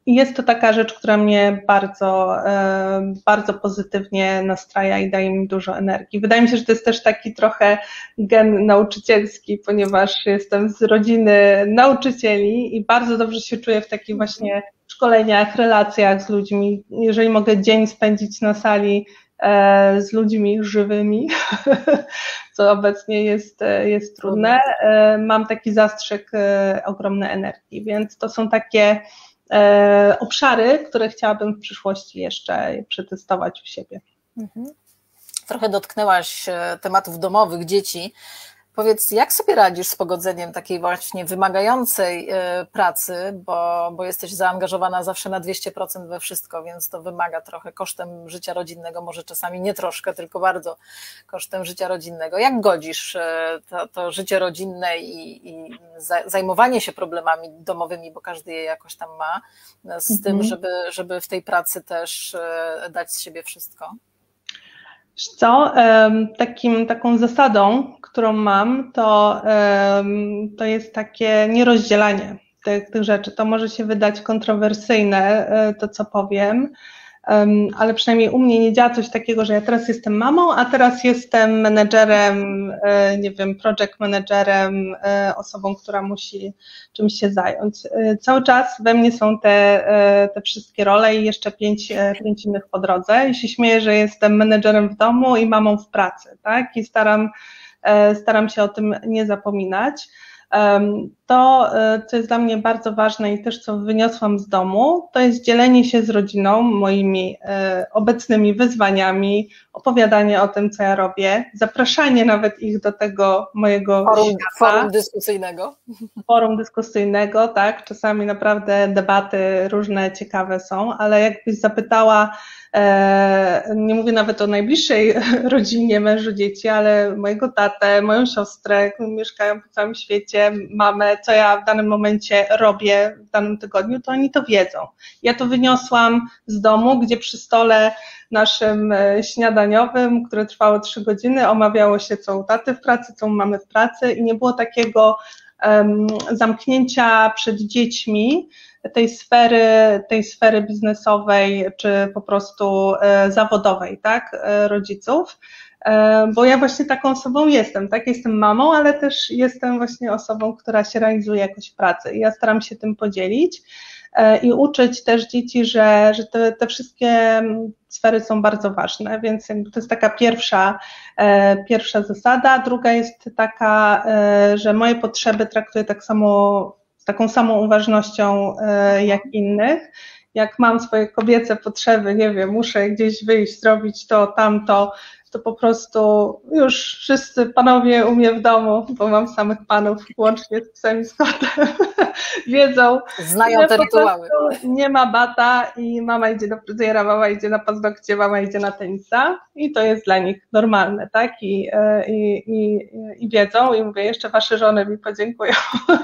I jest to taka rzecz, która mnie bardzo, bardzo pozytywnie nastraja i daje mi dużo energii. Wydaje mi się, że to jest też taki trochę gen nauczycielski, ponieważ jestem z rodziny nauczycieli i bardzo dobrze się czuję w takich właśnie szkoleniach, relacjach z ludźmi. Jeżeli mogę dzień spędzić na sali z ludźmi żywymi, co obecnie jest, jest trudne, mam taki zastrzyk ogromnej energii, więc to są takie obszary, które chciałabym w przyszłości jeszcze przetestować u siebie.
Trochę dotknęłaś tematów domowych, dzieci. Powiedz, jak sobie radzisz z pogodzeniem takiej właśnie wymagającej pracy, bo, bo jesteś zaangażowana zawsze na dwieście procent we wszystko, więc to wymaga trochę kosztem życia rodzinnego, może czasami nie troszkę, tylko bardzo kosztem życia rodzinnego. Jak godzisz to, to życie rodzinne i, i zajmowanie się problemami domowymi, bo każdy je jakoś tam ma, z mhm. tym, żeby, żeby w tej pracy też dać z siebie wszystko?
Wiesz co, takim, taką zasadą, którą mam, to, to jest takie nierozdzielanie tych, tych rzeczy. To może się wydać kontrowersyjne, to co powiem, ale przynajmniej u mnie nie działa coś takiego, że ja teraz jestem mamą, a teraz jestem menedżerem, nie wiem, project managerem, osobą, która musi czymś się zająć. Cały czas we mnie są te, te wszystkie role i jeszcze pięć, pięć innych po drodze i się śmieję, że jestem menedżerem w domu i mamą w pracy, tak? I staram, staram się o tym nie zapominać. To, co jest dla mnie bardzo ważne i też co wyniosłam z domu, to jest dzielenie się z rodziną moimi obecnymi wyzwaniami, opowiadanie o tym, co ja robię, zapraszanie nawet ich do tego mojego
forum,
świata.
Forum dyskusyjnego.
Forum dyskusyjnego, tak, czasami naprawdę debaty różne ciekawe są, ale jakbyś zapytała, nie mówię nawet o najbliższej rodzinie, mężu, dzieci, ale mojego tatę, moją siostrę, mieszkają po całym świecie, mamę, co ja w danym momencie robię w danym tygodniu, to oni to wiedzą. Ja to wyniosłam z domu, gdzie przy stole naszym śniadaniowym, które trwało trzy godziny, omawiało się, co u taty w pracy, co u mamy w pracy i nie było takiego um, zamknięcia przed dziećmi, tej sfery, tej sfery biznesowej czy po prostu e, zawodowej, tak, e, rodziców, e, bo ja właśnie taką osobą jestem, tak, jestem mamą, ale też jestem właśnie osobą, która się realizuje jakoś w pracy i ja staram się tym podzielić e, i uczyć też dzieci, że, że te, te wszystkie sfery są bardzo ważne, więc jakby to jest taka pierwsza, e, pierwsza zasada, druga jest taka, e, że moje potrzeby traktuję tak samo z taką samą uważnością e, jak innych. Jak mam swoje kobiece potrzeby, nie wiem, muszę gdzieś wyjść, zrobić to, tamto, to po prostu już wszyscy panowie u mnie w domu, bo mam samych panów, łącznie z psem i z kotem, wiedzą.
Znają te rytuały.
Nie ma bata i mama idzie do fryzjera, mama idzie na paznokcie, mama idzie na tenisa i to jest dla nich normalne, tak? I, i, i, i wiedzą i mówię, jeszcze wasze żony mi podziękują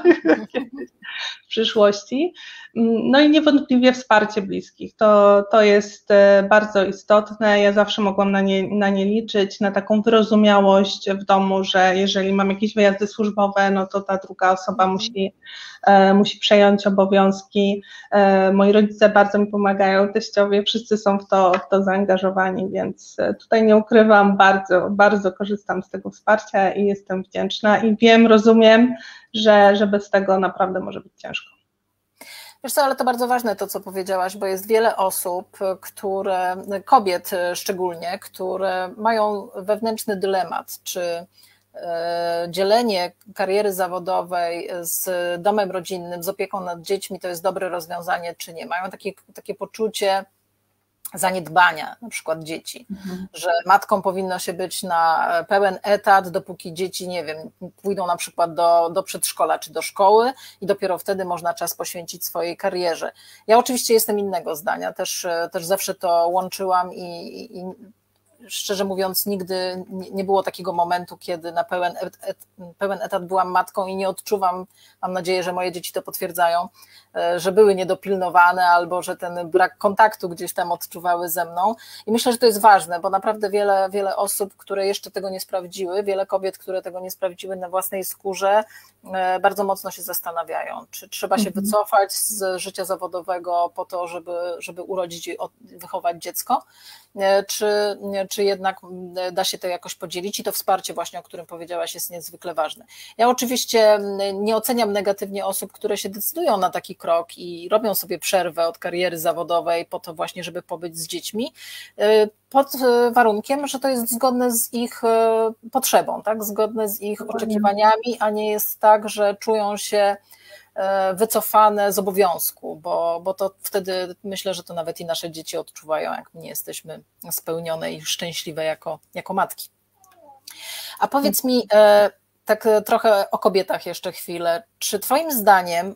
w przyszłości. No i niewątpliwie wsparcie bliskich, to, to jest bardzo istotne, ja zawsze mogłam na nie, na nie liczyć, na taką wyrozumiałość w domu, że jeżeli mam jakieś wyjazdy służbowe, no to ta druga osoba musi, e, musi przejąć obowiązki. E, moi rodzice bardzo mi pomagają, teściowie, wszyscy są w to, w to zaangażowani, więc tutaj nie ukrywam, bardzo, bardzo korzystam z tego wsparcia i jestem wdzięczna i wiem, rozumiem, że, że bez tego naprawdę może być ciężko.
Wiesz co, ale to bardzo ważne to, co powiedziałaś, bo jest wiele osób, które, kobiet szczególnie, które mają wewnętrzny dylemat, czy dzielenie kariery zawodowej z domem rodzinnym, z opieką nad dziećmi to jest dobre rozwiązanie, czy nie. Mają takie, takie poczucie zaniedbania na przykład dzieci, mhm. że matką powinno się być na pełen etat, dopóki dzieci, nie wiem, pójdą na przykład do, do przedszkola czy do szkoły i dopiero wtedy można czas poświęcić swojej karierze. Ja oczywiście jestem innego zdania, też, też zawsze to łączyłam i, i szczerze mówiąc, nigdy nie było takiego momentu, kiedy na pełen, et, pełen etat byłam matką i nie odczuwam, mam nadzieję, że moje dzieci to potwierdzają, że były niedopilnowane albo że ten brak kontaktu gdzieś tam odczuwały ze mną. I myślę, że to jest ważne, bo naprawdę wiele, wiele osób, które jeszcze tego nie sprawdziły, wiele kobiet, które tego nie sprawdziły na własnej skórze, bardzo mocno się zastanawiają, czy trzeba się wycofać z życia zawodowego po to, żeby, żeby urodzić i wychować dziecko, czy, czy jednak da się to jakoś podzielić i to wsparcie właśnie, o którym powiedziałaś, jest niezwykle ważne. Ja oczywiście nie oceniam negatywnie osób, które się decydują na taki krok i robią sobie przerwę od kariery zawodowej po to właśnie, żeby pobyć z dziećmi, pod warunkiem, że to jest zgodne z ich potrzebą, tak? Zgodne z ich oczekiwaniami, a nie jest tak, że czują się wycofane z obowiązku, bo, bo to wtedy myślę, że to nawet i nasze dzieci odczuwają, jak nie jesteśmy spełnione i szczęśliwe jako, jako matki. A powiedz mi tak trochę o kobietach jeszcze chwilę. Czy twoim zdaniem,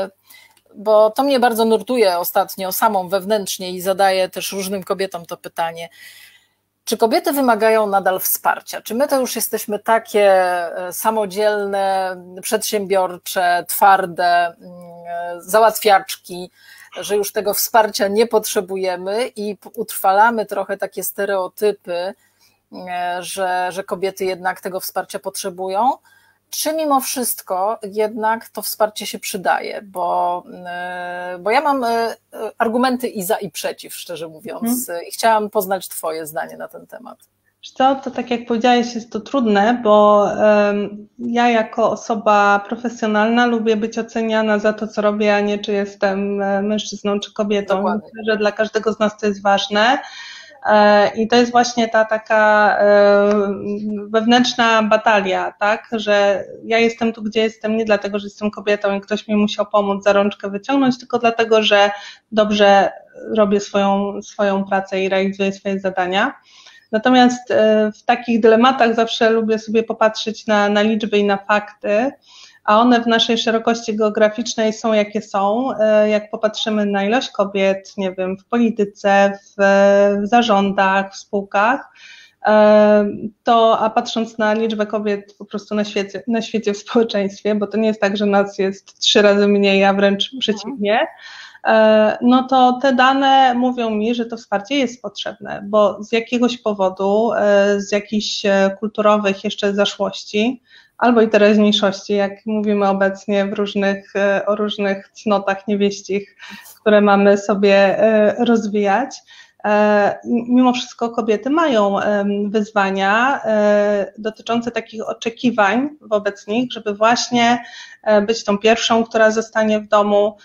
bo to mnie bardzo nurtuje ostatnio samą wewnętrznie i zadaję też różnym kobietom to pytanie, czy kobiety wymagają nadal wsparcia? Czy my to już jesteśmy takie samodzielne, przedsiębiorcze, twarde, załatwiaczki, że już tego wsparcia nie potrzebujemy i utrwalamy trochę takie stereotypy, że, że kobiety jednak tego wsparcia potrzebują? Czy mimo wszystko jednak to wsparcie się przydaje, bo, bo ja mam argumenty i za i przeciw, szczerze mówiąc, hmm. i chciałam poznać twoje zdanie na ten temat.
Wiesz co, to tak jak powiedziałeś, jest to trudne, bo um, ja jako osoba profesjonalna lubię być oceniana za to, co robię, a nie czy jestem mężczyzną czy kobietą.
Dokładnie.
Myślę, że dla każdego z nas to jest ważne. I to jest właśnie ta taka wewnętrzna batalia, tak, że ja jestem tu, gdzie jestem nie dlatego, że jestem kobietą i ktoś mi musiał pomóc za rączkę wyciągnąć, tylko dlatego, że dobrze robię swoją, swoją pracę i realizuję swoje zadania. Natomiast w takich dylematach zawsze lubię sobie popatrzeć na, na liczby i na fakty, a one w naszej szerokości geograficznej są jakie są. Jak popatrzymy na ilość kobiet, nie wiem, w polityce, w, w zarządach, w spółkach, to a patrząc na liczbę kobiet po prostu na świecie, na świecie w społeczeństwie, bo to nie jest tak, że nas jest trzy razy mniej, a wręcz przeciwnie, no to te dane mówią mi, że to wsparcie jest potrzebne, bo z jakiegoś powodu, z jakichś kulturowych jeszcze zaszłości, albo i teraźniejszości, jak mówimy obecnie w różnych, o różnych cnotach niewieścich, które mamy sobie rozwijać. Mimo wszystko kobiety mają wyzwania dotyczące takich oczekiwań wobec nich, żeby właśnie być tą pierwszą, która zostanie w domu,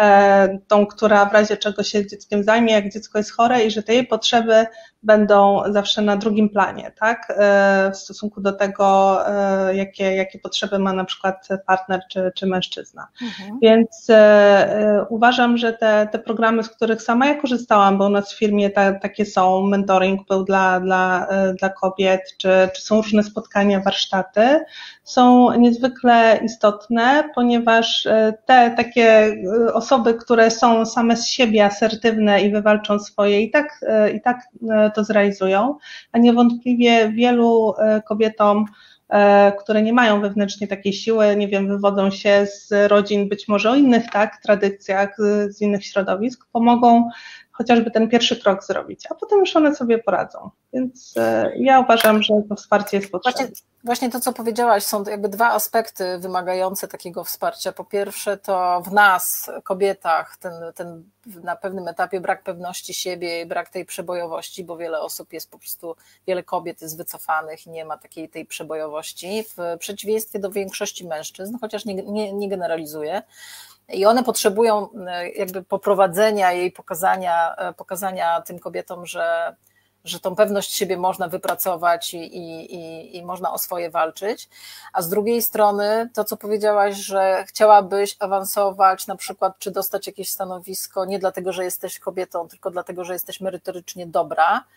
tą, która w razie czego się dzieckiem zajmie, jak dziecko jest chore i że te jej potrzeby będą zawsze na drugim planie, tak, w stosunku do tego, jakie, jakie potrzeby ma na przykład partner czy, czy mężczyzna. Mhm. Więc uważam, że te, te programy, z których sama ja korzystałam, bo u nas w firmie ta, takie są, mentoring był dla, dla, dla kobiet, czy, czy są różne spotkania, warsztaty, są niezwykle istotne, ponieważ te takie osoby, które są same z siebie asertywne i wywalczą swoje i tak, i tak to zrealizują, a niewątpliwie wielu kobietom, które nie mają wewnętrznie takiej siły, nie wiem, wywodzą się z rodzin być może o innych, tak, tradycjach, z innych środowisk, pomogą chociażby ten pierwszy krok zrobić, a potem już one sobie poradzą. Więc ja uważam, że to wsparcie jest potrzebne.
Właśnie, właśnie to, co powiedziałaś, są jakby dwa aspekty wymagające takiego wsparcia. Po pierwsze to w nas, kobietach, ten, ten na pewnym etapie brak pewności siebie i brak tej przebojowości, bo wiele osób jest po prostu, wiele kobiet jest wycofanych i nie ma takiej tej przebojowości, w przeciwieństwie do większości mężczyzn, chociaż nie, nie, nie generalizuję. I one potrzebują jakby poprowadzenia jej, pokazania, pokazania tym kobietom, że, że tą pewność siebie można wypracować i, i, i można o swoje walczyć. A z drugiej strony to, co powiedziałaś, że chciałabyś awansować na przykład, czy dostać jakieś stanowisko nie dlatego, że jesteś kobietą, tylko dlatego, że jesteś merytorycznie dobra,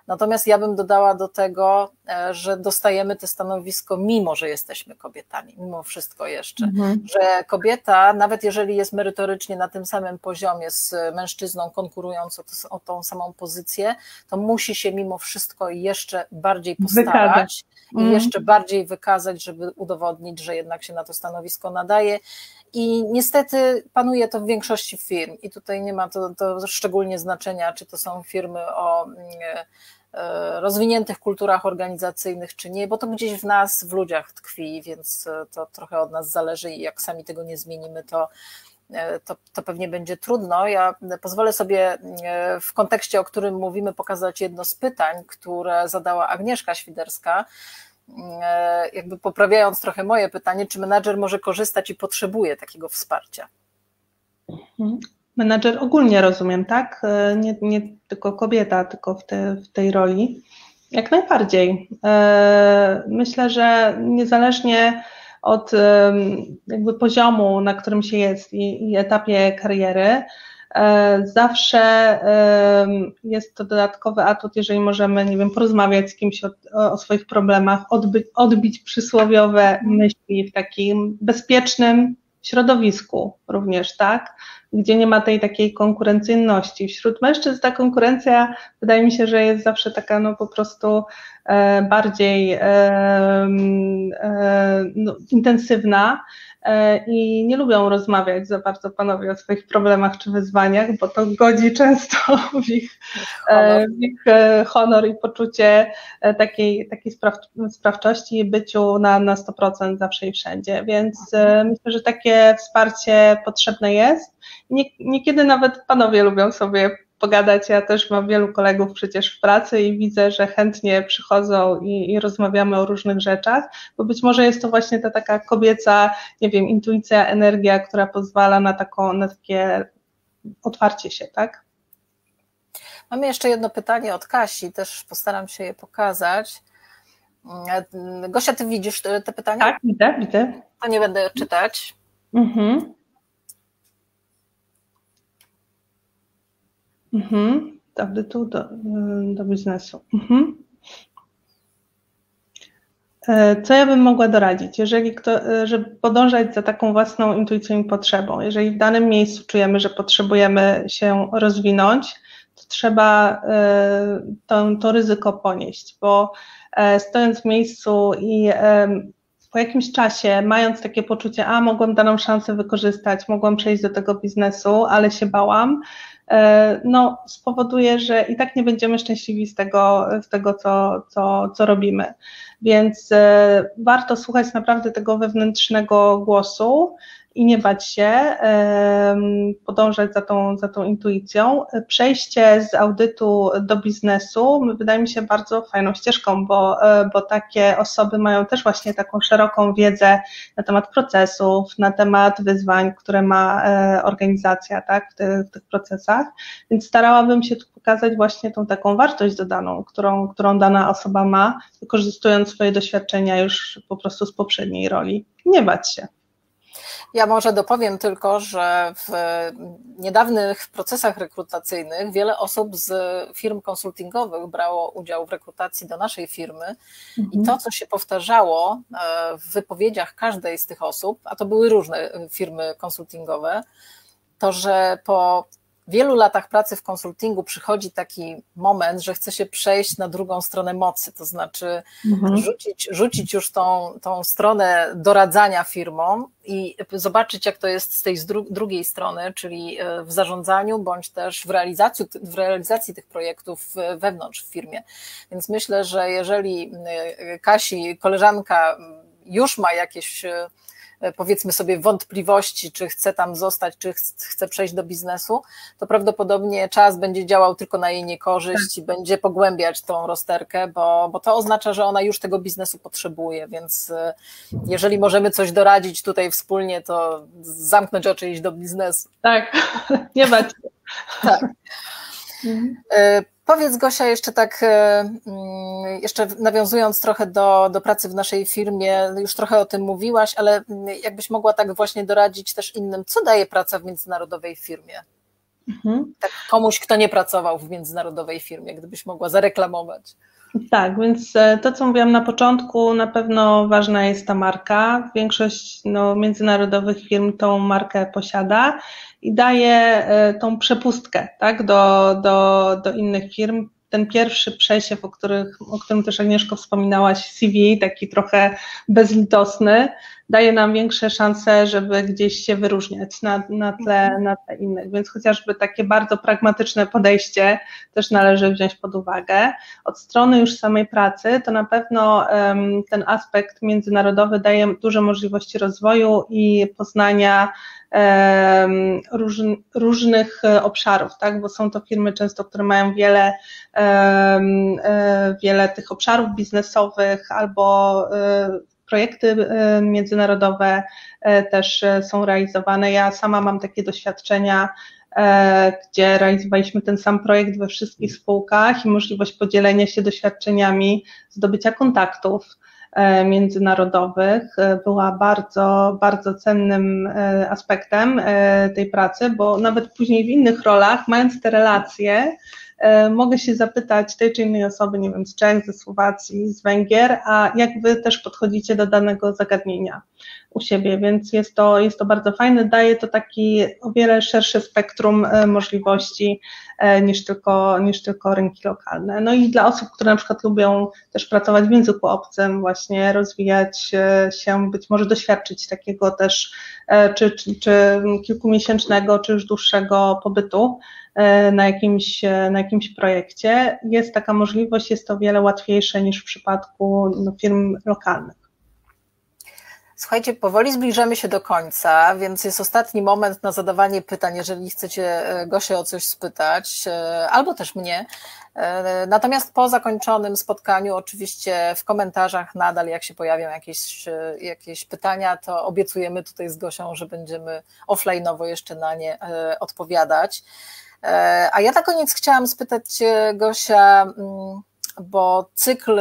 Natomiast ja bym dodała do tego, że dostajemy to stanowisko mimo, że jesteśmy kobietami, mimo wszystko jeszcze, mhm. że kobieta, nawet jeżeli jest merytorycznie na tym samym poziomie z mężczyzną konkurując o, to, o tą samą pozycję, to musi się mimo wszystko jeszcze bardziej postarać mhm. i jeszcze bardziej wykazać, żeby udowodnić, że jednak się na to stanowisko nadaje. I niestety panuje to w większości firm i tutaj nie ma to, to szczególnie znaczenia, czy to są firmy o rozwiniętych kulturach organizacyjnych czy nie, bo to gdzieś w nas, w ludziach tkwi, więc to trochę od nas zależy i jak sami tego nie zmienimy, to, to, to pewnie będzie trudno. Ja pozwolę sobie w kontekście, o którym mówimy, pokazać jedno z pytań, które zadała Agnieszka Świderska, jakby poprawiając trochę moje pytanie, czy menadżer może korzystać i potrzebuje takiego wsparcia?
Menadżer ogólnie rozumiem, tak? Nie, nie tylko kobieta, tylko w, te, w tej roli. Jak najbardziej. Myślę, że niezależnie od jakby poziomu, na którym się jest i, i etapie kariery, zawsze jest to dodatkowy atut, jeżeli możemy, nie wiem, porozmawiać z kimś o, o swoich problemach, odbyć, odbić przysłowiowe myśli w takim bezpiecznym środowisku również, tak? Gdzie nie ma tej takiej konkurencyjności. Wśród mężczyzn ta konkurencja wydaje mi się, że jest zawsze taka no po prostu e, bardziej e, e, no, intensywna e, i nie lubią rozmawiać za bardzo panowie o swoich problemach czy wyzwaniach, bo to godzi często w ich honor, e, w ich, e, honor i poczucie e, takiej, takiej spraw, sprawczości i byciu na, na sto procent zawsze i wszędzie, więc e, myślę, że takie wsparcie potrzebne jest. Nie, niekiedy nawet panowie lubią sobie pogadać, ja też mam wielu kolegów przecież w pracy i widzę, że chętnie przychodzą i, i rozmawiamy o różnych rzeczach, bo być może jest to właśnie ta taka kobieca, nie wiem, intuicja, energia, która pozwala na, taką, na takie otwarcie się, tak?
Mamy jeszcze jedno pytanie od Kasi, też postaram się je pokazać. Gosia, ty widzisz te, te pytania?
Tak, widzę, widzę.
To nie będę czytać.
Mhm. Mhm. Do audytu, do, do biznesu. Mhm. Co ja bym mogła doradzić? Jeżeli kto, żeby podążać za taką własną intuicją i potrzebą, jeżeli w danym miejscu czujemy, że potrzebujemy się rozwinąć, to trzeba to, to ryzyko ponieść, bo stojąc w miejscu i po jakimś czasie, mając takie poczucie, a mogłam daną szansę wykorzystać, mogłam przejść do tego biznesu, ale się bałam, no spowoduje, że i tak nie będziemy szczęśliwi z tego, z tego co, co, co robimy. Więc warto słuchać naprawdę tego wewnętrznego głosu i nie bać się, podążać za tą, za tą intuicją. Przejście z audytu do biznesu wydaje mi się bardzo fajną ścieżką, bo, bo takie osoby mają też właśnie taką szeroką wiedzę na temat procesów, na temat wyzwań, które ma organizacja, tak, w, tych, w tych procesach, więc starałabym się tu pokazać właśnie tą taką wartość dodaną, którą, którą dana osoba ma, wykorzystując swoje doświadczenia już po prostu z poprzedniej roli. Nie bać się.
Ja może dopowiem tylko, że w niedawnych procesach rekrutacyjnych wiele osób z firm konsultingowych brało udział w rekrutacji do naszej firmy mhm. i to, co się powtarzało w wypowiedziach każdej z tych osób, a to były różne firmy konsultingowe, to, że po wielu latach pracy w konsultingu przychodzi taki moment, że chce się przejść na drugą stronę mocy, to znaczy mhm. rzucić, rzucić już tą, tą stronę doradzania firmom i zobaczyć, jak to jest z tej drugiej strony, czyli w zarządzaniu bądź też w realizacji, w realizacji tych projektów wewnątrz w firmie. Więc myślę, że jeżeli Kasi, koleżanka, już ma jakieś, powiedzmy sobie, wątpliwości, czy chce tam zostać, czy chce przejść do biznesu, to prawdopodobnie czas będzie działał tylko na jej niekorzyść tak. i będzie pogłębiać tą rozterkę, bo, bo to oznacza, że ona już tego biznesu potrzebuje, więc jeżeli możemy coś doradzić tutaj wspólnie, to zamknąć oczy i iść do biznesu.
Tak, nie bać się.
Tak. Mhm. Powiedz, Gosia, jeszcze tak, jeszcze nawiązując trochę do, do pracy w naszej firmie, już trochę o tym mówiłaś, ale jakbyś mogła tak właśnie doradzić też innym, co daje praca w międzynarodowej firmie? Mhm. Tak komuś, kto nie pracował w międzynarodowej firmie, gdybyś mogła zareklamować.
Tak, więc to, co mówiłam na początku, na pewno ważna jest ta marka. Większość no, międzynarodowych firm tą markę posiada i daje tą przepustkę, tak, do, do, do innych firm. Ten pierwszy przesiew, o, których, o którym też Agnieszko wspominałaś, C V, taki trochę bezlitosny, daje nam większe szanse, żeby gdzieś się wyróżniać na, na, tle, na tle innych, więc chociażby takie bardzo pragmatyczne podejście też należy wziąć pod uwagę. Od strony już samej pracy to na pewno um, ten aspekt międzynarodowy daje duże możliwości rozwoju i poznania um, róż, różnych obszarów, tak? Bo są to firmy często, które mają wiele, um, wiele tych obszarów biznesowych albo um, projekty międzynarodowe też są realizowane. Ja sama mam takie doświadczenia, gdzie realizowaliśmy ten sam projekt we wszystkich spółkach i możliwość podzielenia się doświadczeniami, zdobycia kontaktów międzynarodowych była bardzo, bardzo cennym aspektem tej pracy, bo nawet później w innych rolach, mając te relacje, mogę się zapytać tej czy innej osoby, nie wiem, z Czech, ze Słowacji, z Węgier, a jak wy też podchodzicie do danego zagadnienia u siebie, więc jest to, jest to bardzo fajne, daje to taki o wiele szersze spektrum możliwości niż tylko, niż tylko rynki lokalne. No i dla osób, które na przykład lubią też pracować w języku obcym, właśnie rozwijać się, być może doświadczyć takiego też czy, czy, czy kilkumiesięcznego, czy już dłuższego pobytu na jakimś, na jakimś projekcie, jest taka możliwość, jest to o wiele łatwiejsze niż w przypadku no, firm lokalnych.
Słuchajcie, powoli zbliżamy się do końca, więc jest ostatni moment na zadawanie pytań, jeżeli chcecie Gosię o coś spytać, albo też mnie. Natomiast po zakończonym spotkaniu oczywiście w komentarzach nadal, jak się pojawią jakieś, jakieś pytania, to obiecujemy tutaj z Gosią, że będziemy offline'owo jeszcze na nie odpowiadać. A ja na koniec chciałam spytać Cię, Gosia, bo cykl,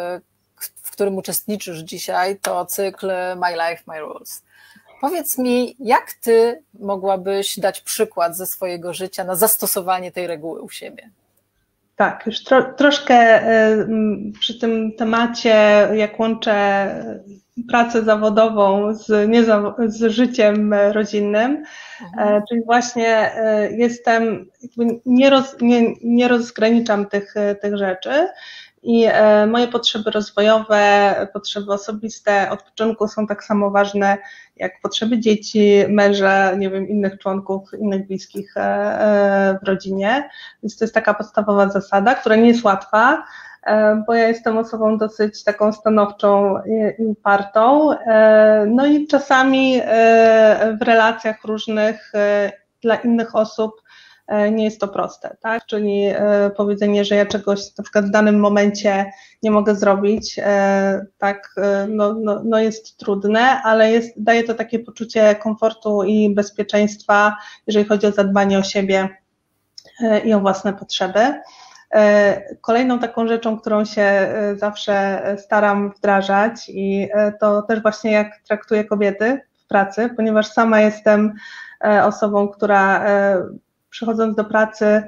w którym uczestniczysz dzisiaj, to cykl My Life, My Rules. Powiedz mi, jak Ty mogłabyś dać przykład ze swojego życia na zastosowanie tej reguły u siebie?
Tak, już tro, troszkę przy tym temacie, jak łączę pracę zawodową z, nie, z życiem rodzinnym, mhm. czyli właśnie jestem, jakby nie, roz, nie, nie rozgraniczam tych, tych rzeczy i moje potrzeby rozwojowe, potrzeby osobiste od początku są tak samo ważne jak potrzeby dzieci, męża, nie wiem, innych członków, innych bliskich w rodzinie, więc to jest taka podstawowa zasada, która nie jest łatwa, bo ja jestem osobą dosyć taką stanowczą i upartą, no i czasami w relacjach różnych dla innych osób nie jest to proste, tak? Czyli powiedzenie, że ja czegoś na przykład w danym momencie nie mogę zrobić, tak, no, no, no jest trudne, ale jest, daje to takie poczucie komfortu i bezpieczeństwa, jeżeli chodzi o zadbanie o siebie i o własne potrzeby. Kolejną taką rzeczą, którą się zawsze staram wdrażać i to też właśnie jak traktuję kobiety w pracy, ponieważ sama jestem osobą, która przychodząc do pracy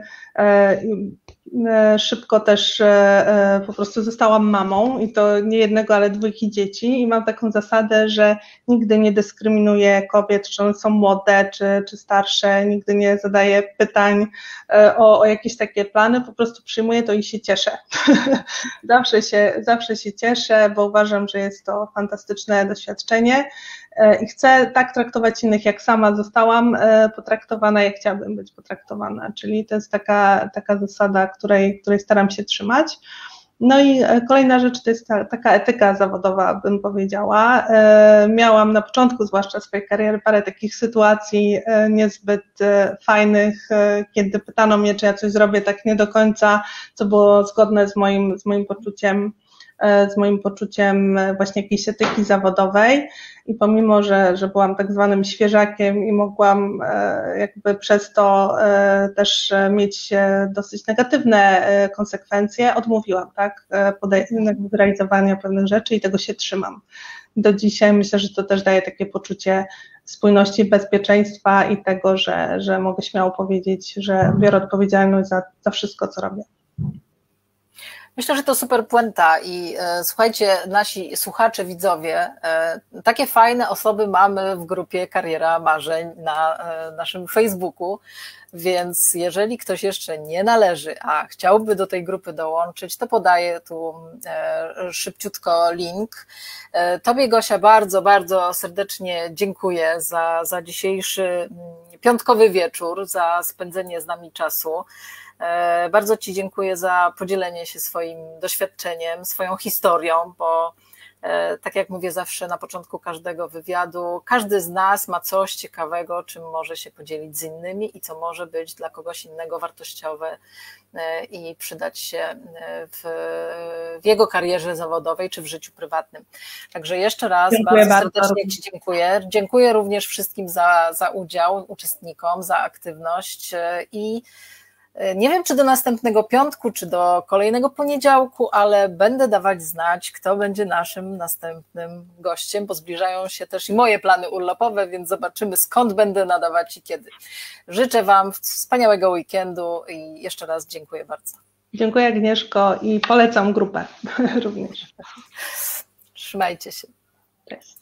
szybko też po prostu zostałam mamą i to nie jednego, ale dwójki dzieci i mam taką zasadę, że nigdy nie dyskryminuję kobiet, czy one są młode, czy, czy starsze, nigdy nie zadaję pytań o, o jakieś takie plany, po prostu przyjmuję to i się cieszę. zawsze się, zawsze się cieszę, bo uważam, że jest to fantastyczne doświadczenie i chcę tak traktować innych, jak sama zostałam potraktowana, jak chciałabym być potraktowana, czyli to jest taka, taka zasada, której, której staram się trzymać. No i kolejna rzecz to jest ta, taka etyka zawodowa, bym powiedziała. Miałam na początku zwłaszcza swojej kariery parę takich sytuacji niezbyt fajnych, kiedy pytano mnie, czy ja coś zrobię tak nie do końca, co było zgodne z moim, z moim poczuciem, z moim poczuciem właśnie jakiejś etyki zawodowej i pomimo, że, że byłam tak zwanym świeżakiem i mogłam jakby przez to też mieć dosyć negatywne konsekwencje, odmówiłam, tak, realizowania pewnych rzeczy i tego się trzymam. Do dzisiaj myślę, że to też daje takie poczucie spójności, bezpieczeństwa i tego, że, że mogę śmiało powiedzieć, że biorę odpowiedzialność za, za wszystko, co robię.
Myślę, że to super puenta i e, słuchajcie, nasi słuchacze, widzowie, e, takie fajne osoby mamy w grupie Kariera Marzeń na e, naszym Facebooku, więc jeżeli ktoś jeszcze nie należy, a chciałby do tej grupy dołączyć, to podaję tu e, szybciutko link. E, Tobie, Gosia, bardzo, bardzo serdecznie dziękuję za, za dzisiejszy piątkowy wieczór, za spędzenie z nami czasu. Bardzo Ci dziękuję za podzielenie się swoim doświadczeniem, swoją historią, bo tak jak mówię zawsze na początku każdego wywiadu, każdy z nas ma coś ciekawego, czym może się podzielić z innymi i co może być dla kogoś innego wartościowe i przydać się w, w jego karierze zawodowej czy w życiu prywatnym. Także jeszcze raz
dziękuję
bardzo serdecznie
bardzo.
Ci dziękuję. Dziękuję również wszystkim za, za udział, uczestnikom, za aktywność i nie wiem, czy do następnego piątku, czy do kolejnego poniedziałku, ale będę dawać znać, kto będzie naszym następnym gościem, bo zbliżają się też i moje plany urlopowe, więc zobaczymy, skąd będę nadawać i kiedy. Życzę Wam wspaniałego weekendu i jeszcze raz dziękuję bardzo.
Dziękuję, Agnieszko, i polecam grupę również.
Trzymajcie się.
Cześć.